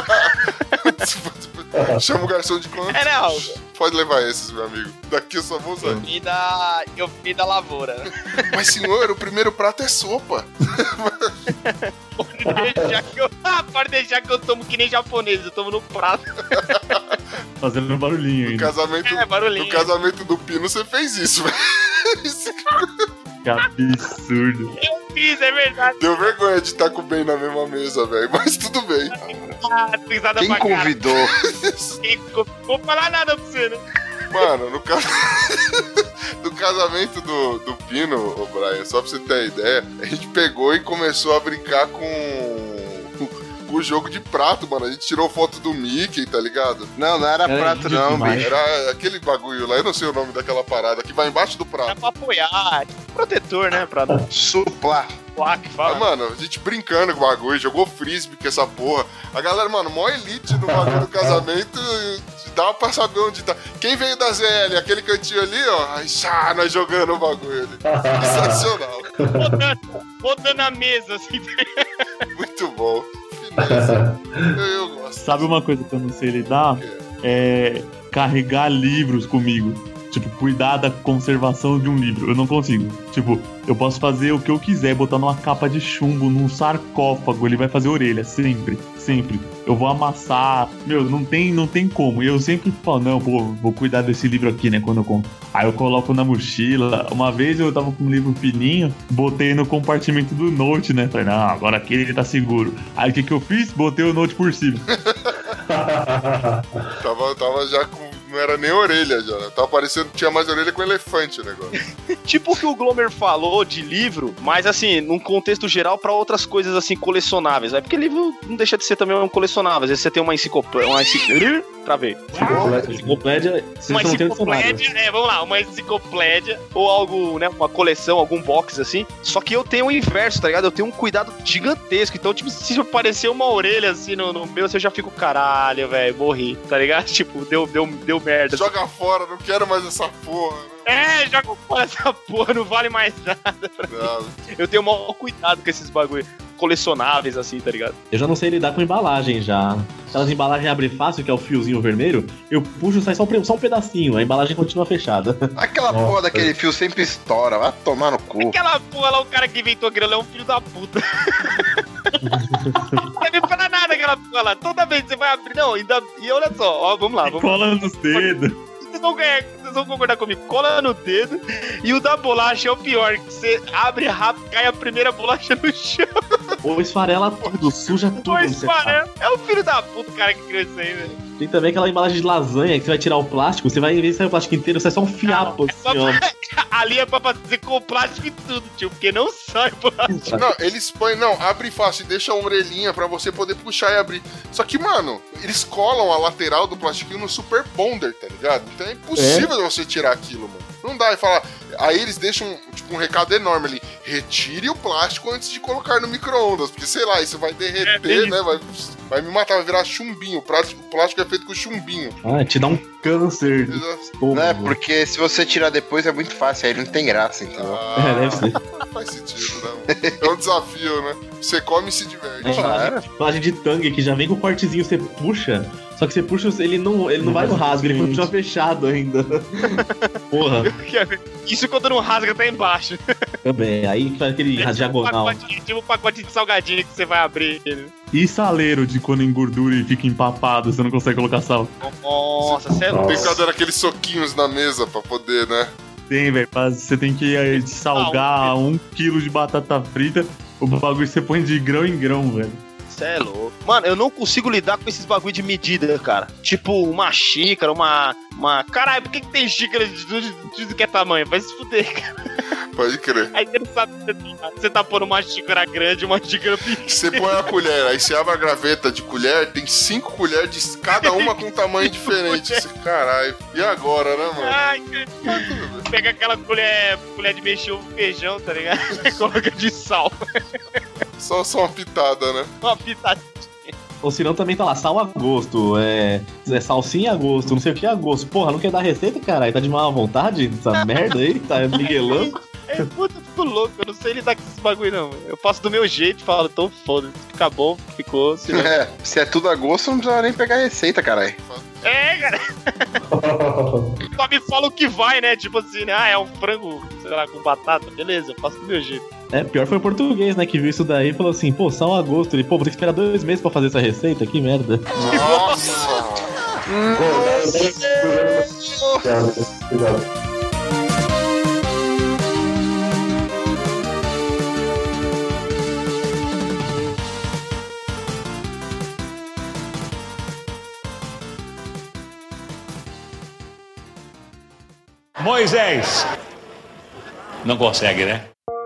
Chama o garçom de quanto? É, não. Pode levar esses, meu amigo. Daqui eu só vou usar. Eu vim da, eu vim da lavoura. Mas, senhor, o primeiro prato é sopa. Pode deixar que eu, pode deixar que eu tomo que nem japonês, eu tomo no prato. Fazendo um barulhinho ainda. No casamento, é, barulhinho. No casamento do Pino, você fez isso, velho. Que absurdo. Eu fiz, é verdade. Deu vergonha de estar com o Ben na mesma mesa, velho. Mas tudo bem. Ah, Quem convidou? Quem convidou? Vou falar nada pra você, né? Mano, no, cas... no casamento do, do Pino, ô Brian, só pra você ter ideia, a gente pegou e começou a brincar com... o jogo de prato, mano. A gente tirou foto do Mickey, tá ligado? Não, não era, era prato não, bicho. Era aquele bagulho lá, eu não sei o nome daquela parada, que vai embaixo do prato. Era pra apoiar, tipo protetor, né? Pra suplar. Que fala. Ah, mano, a gente brincando com o bagulho, jogou frisbee com essa porra. A galera, mano, mó elite no bagulho do casamento, dá pra saber onde tá. Quem veio da Z L, aquele cantinho ali, ó, aí, chá, nós jogando o bagulho ali. Sensacional. Botando, botando a mesa, assim. Muito bom. Fineza. Eu, eu gosto. Sabe uma coisa que eu não sei lidar? É carregar livros comigo. Tipo, cuidar da conservação de um livro. Eu não consigo. Tipo, eu posso fazer o que eu quiser, botar numa capa de chumbo, num sarcófago, ele vai fazer orelha, sempre, sempre. Eu vou amassar, meu, não tem, não tem como. E eu sempre falo, não, pô, vou cuidar desse livro aqui, né, quando eu compro. Aí eu coloco na mochila. Uma vez eu tava com um livro fininho, botei no compartimento do note, né, falei, não, agora aqui ele tá seguro. Aí o que que eu fiz? Botei o note por cima. tava, tava já com... Não era nem orelha já, né? Tava parecendo que tinha mais orelha com elefante o negócio. Tipo o que o Glomer falou de livro, mas assim, num contexto geral pra outras coisas assim colecionáveis, né? Porque livro não deixa de ser também um colecionável. Às vezes você tem uma enciclopédia. Uma enciclopédia. Travei. Enciclopédia. Uma enciclopédia, é, vamos lá, uma enciclopédia ou algo, né? Uma coleção, algum box assim. Só que eu tenho o inverso, tá ligado? Eu tenho um cuidado gigantesco. Então, tipo, se aparecer uma orelha assim no, no meu, eu já fico, caralho, velho, morri, tá ligado? Tipo, deu, deu, deu merda. Joga fora, não quero mais essa porra. É, joga fora essa porra, não vale mais nada pra não. mim. Eu tenho o maior cuidado com esses bagulho. colecionáveis, assim, tá ligado? Eu já não sei lidar com embalagem já. Aquelas embalagens abrem fácil, que é o fiozinho vermelho, eu puxo, sai só um, só um pedacinho, a embalagem continua fechada. Aquela Nossa. porra daquele fio sempre estoura, vai tomar no cu. Aquela porra lá, o cara que inventou aquilo lá é um filho da puta. Não serve pra nada aquela porra lá. Toda vez que você vai abrir, não, ainda... E olha só, ó, vamos lá, vamos lá. Cola nos dedos. Vocês vão, ganhar, vocês vão concordar comigo, cola no dedo. E o da bolacha é o pior, que você abre rápido, cai a primeira bolacha no chão. Ou esfarela tudo, suja tudo. Pois, você mano, é o filho da puta o cara que criou isso aí, velho. Tem também aquela embalagem de lasanha que você vai tirar o plástico, você vai, em vez de sair o plástico inteiro, sai só um fiapo, Não, é assim, só- ó. Ali é pra fazer com o plástico e tudo, tio, porque não sai plástico. Não, eles põem, não, abre fácil e deixa a orelhinha pra você poder puxar e abrir. Só que, mano, eles colam a lateral do plastiquinho no Super Bonder, tá ligado? Então é impossível você tirar aquilo, mano. Não dá e falar. Aí eles deixam, tipo, um recado enorme ali. Retire o plástico antes de colocar no micro-ondas. Porque, sei lá, isso vai derreter, É, né? Vai, vai me matar, vai virar chumbinho. O plástico, o plástico é feito com chumbinho. Ah, te dá um câncer de estômago. Não é, porque se você tirar depois é muito fácil, aí não tem graça, entendeu? Ah, É, deve ser. faz sentido, né? Mano? É um desafio, né? Você come e se diverte. É, embalagem, embalagem de tangue que já vem com o cortezinho, você puxa, só que você puxa, ele não, ele não vai no rasgo, ele continua fechado ainda. Porra, Isso quando não rasga tá embaixo. também. Aí faz aquele É tipo um diagonal. pacote, tipo um pacote de salgadinho que você vai abrir. E saleiro de quando engordura e fica empapado, você não consegue colocar sal. Nossa, você é louco. Tem que ficar dando aqueles soquinhos na mesa pra poder, né? Tem, velho. Você tem que eh, salgar um quilo de batata frita. O bagulho você põe de grão em grão, velho. Você é louco. Mano, eu não consigo lidar com esses bagulho de medida, cara. Tipo, uma xícara, uma. uma... Caralho, por que, que tem xícara de tudo, de tudo que é tamanho? Vai se fuder, cara. Pode crer. Aí você não sabe se você tá, você tá pondo uma xícara grande uma xícara pequena. Você põe a colher, aí você abre a graveta de colher, tem cinco colheres, de cada uma com um tamanho diferente. Você, caralho. E agora, né, mano? Ai, cara. Pega aquela colher, colher de mexer o feijão, tá ligado? Coloca de sal. Só, só uma pitada, né? Uma pitadinha. Ou senão também tá lá, sal a gosto, é, é salsinha a gosto, não sei o que a gosto. Porra, não quer dar receita, caralho? Tá de má vontade essa merda aí? Tá miguelando? É, puta, eu fico louco, eu não sei lidar com esses bagulho não. Eu faço do meu jeito e falo, então foda-se. Fica bom, ficou. Se não... É, se é tudo a gosto, não precisa nem pegar receita, caralho. É, cara. Só me fala o que vai, né? Tipo assim, né? Ah, é um frango, sei lá, com batata. Beleza, eu faço do meu jeito. É, pior foi o português, né, que viu isso daí e falou assim, pô, sal a gosto. Ele, pô, vou ter que esperar dois meses pra fazer essa receita, que merda. Nossa! Cuidado. Moisés. Não consegue, né?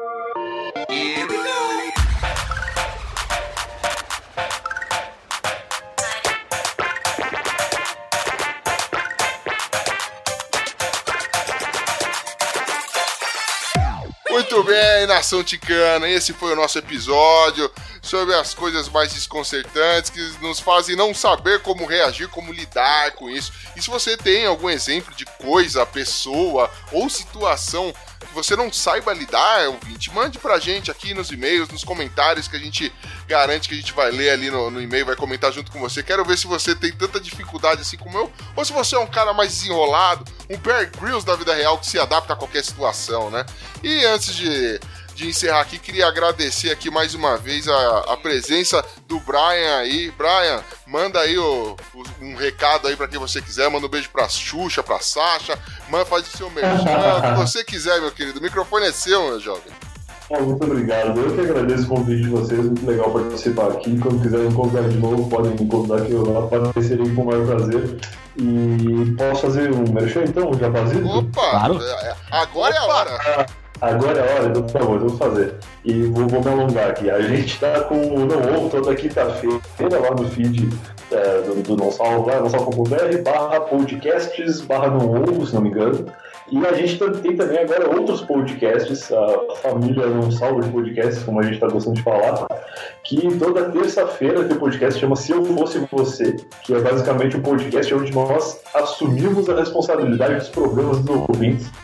Muito bem, nação ticana, esse foi o nosso episódio sobre as coisas mais desconcertantes que nos fazem não saber como reagir, como lidar com isso. E se você tem algum exemplo de coisa, pessoa ou situação que você não saiba lidar, ouvinte, mande pra gente aqui nos e-mails, nos comentários, que a gente garante que a gente vai ler ali no, no e-mail, vai comentar junto com você. Quero ver se você tem tanta dificuldade assim como eu, ou se você é um cara mais desenrolado, um Bear Grylls da vida real que se adapta a qualquer situação, né? E antes de, de encerrar aqui, queria agradecer aqui mais uma vez a, a presença do Brian aí. Brian, manda aí o, o, um recado aí pra quem você quiser, manda um beijo pra Xuxa, pra Sasha, manda, faz o seu merchan, o que você quiser, meu querido. O microfone é seu, meu jovem. Oh, muito obrigado. Eu que agradeço o convite de vocês, muito legal participar aqui. Quando quiserem me convidar de novo, podem me convidar que eu aparecerei com o maior prazer. E posso fazer um merchan então, já fazer? Opa! Claro. É, agora é a hora! Agora é a hora, então por favor, vamos fazer. E vou, vou me alongar aqui. A gente tá com o Não Ovo toda quinta-feira lá no feed é, do, do Não Salvo, lá, nãosalvo.br, barra podcasts, barra Não Ovo, se não me engano. E a gente tem também agora outros podcasts, a família Não Salvo de Podcasts, como a gente está gostando de falar, que toda terça-feira tem um podcast que chama Se Eu Fosse Você, que é basicamente um podcast onde nós assumimos a responsabilidade dos problemas dos ouvintes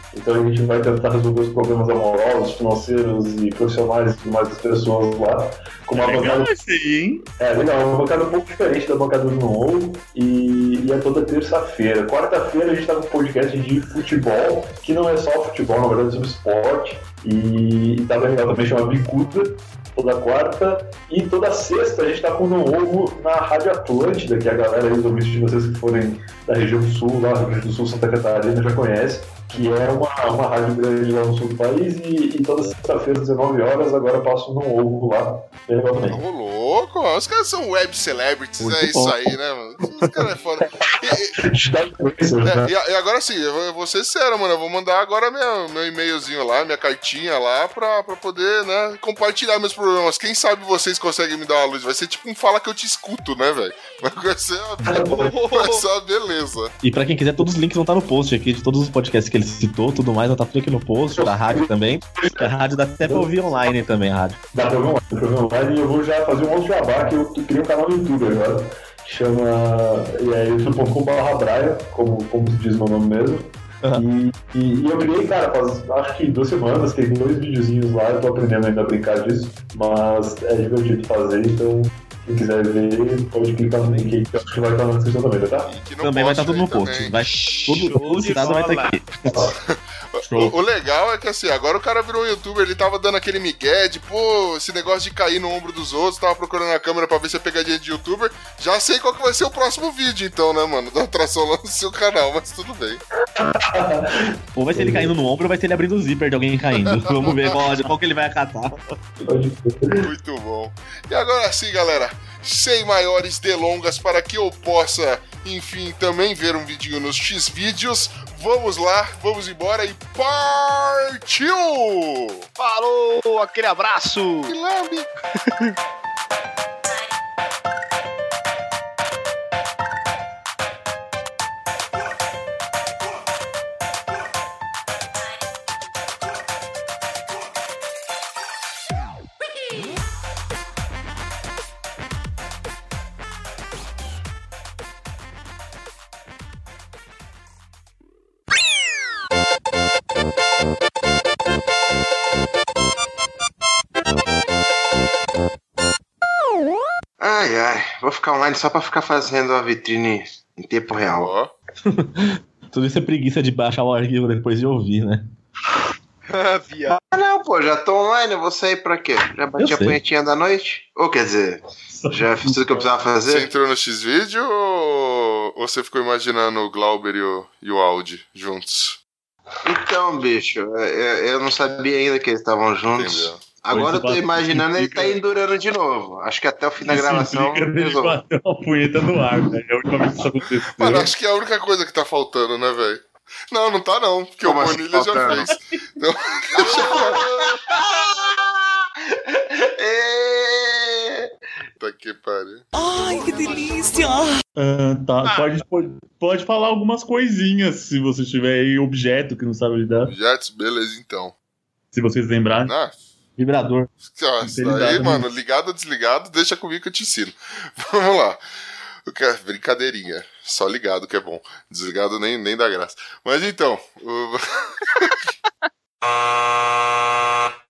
Então a gente vai tentar resolver os problemas amorosos, financeiros e profissionais e tudo mais das pessoas lá. Com uma É legal bancada... esse aí, hein? É, legal, uma bancada um pouco diferente da bancada do Novo e, e é toda terça-feira. Quarta-feira a gente tá com um podcast de futebol, que não é só futebol, na verdade é sobre esporte. E, e tá bem legal também, chama Bicuda, toda quarta. E toda sexta a gente tá com o Novo na Rádio Atlântida, que a galera aí, os ouvintes de vocês que forem da região sul, lá, Rio Grande do Sul, Santa Catarina, já conhece. Que é uma, uma rádio grande lá no sul do país e, e toda sexta-feira, às dezenove horas, agora passo no Ovo lá. Bem legal também. Ô, louco, os caras são web celebrities, Muito é isso bom. aí, né, mano? Os caras é foda. E, e- né? é, e- e agora sim, eu vou- eu vou ser sério, mano, eu vou mandar agora minha, meu e-mailzinho lá, minha cartinha lá, pra, pra poder, né, compartilhar meus problemas. Quem sabe vocês conseguem me dar uma luz? Vai ser tipo um fala que eu te escuto, né, velho? Vai ser uma, vai ser uma beleza. E pra quem quiser, todos os links vão estar no post aqui de todos os podcasts que ele citou, tudo mais, vai estar tudo aqui no post, da rádio também. Que a rádio dá até pra ouvir online também, a rádio. Dá pra ver online, dá pra ver online e eu vou já fazer um outro jabá que eu criei um canal no YouTube agora. Que chama é, youtube ponto com barra Brian, como, como se diz meu nome mesmo. Uhum. E, e, e eu criei, cara, faz acho que duas semanas, tem dois videozinhos lá, eu tô aprendendo ainda a brincar disso, mas é divertido fazer, então quem quiser ver, pode clicar no link aí, que eu acho que vai estar na descrição também, tá? E que não Também vai poste estar tudo no aí post. também. Vai, tudo, tudo citado vai estar aqui. Show. O, o legal é que assim, agora o cara virou um youtuber, ele tava dando aquele migué de, pô, esse negócio de cair no ombro dos outros, tava procurando a câmera pra ver se é pegadinha de youtuber. Já sei qual que vai ser o próximo vídeo, então, né, mano? Da atração lá no seu canal, mas tudo bem. Ou vai ser ele caindo no ombro ou vai ser ele abrindo o zíper de alguém caindo. Vamos ver qual, qual que ele vai acatar. Pode ver. Muito bom. E agora sim, galera, sem maiores delongas, para que eu possa, enfim, também ver um vidinho nos X-Vídeos, vamos lá, vamos embora e partiu! Falou, aquele abraço! Lambe. Ai, ai. Vou ficar online só pra ficar fazendo a vitrine em tempo real. Ó, Tudo isso é preguiça de baixar o arquivo depois de ouvir, né? Viado. Ah, não, pô, já tô online, eu vou sair pra quê? Já bati Eu a sei. punhetinha da noite? Ou quer dizer, já fiz tudo que eu precisava você fazer? entrou no X-Vídeo ou ou você ficou imaginando o Glauber e o, e o Audi juntos? Então, bicho, eu, eu não sabia ainda que eles estavam juntos. Entendeu? Agora eu tô Isso imaginando ele significa- tá endurando de novo. Acho que até o fim da Isso gravação implica dele resolve. bater uma punheta no ar, velho. É a última vez que isso aconteceu. Mano, acho que é a única coisa que tá faltando, né, velho? Não, não tá não, porque Como o assim Bonilha já faltando? fez. Então, deixa eu Ê! Puta que pariu. Ah, tá. Pode, pode, pode falar algumas coisinhas se você tiver aí objeto que não sabe lidar. Jets, beleza então. Se vocês lembrarem. Ah, Vibrador. ó, isso daí, Ligado, mano, ligado ou desligado, deixa comigo que eu te ensino. Vamos lá. Eu quero- Brincadeirinha. Só ligado que é bom. Desligado nem, nem dá graça. Mas então. O...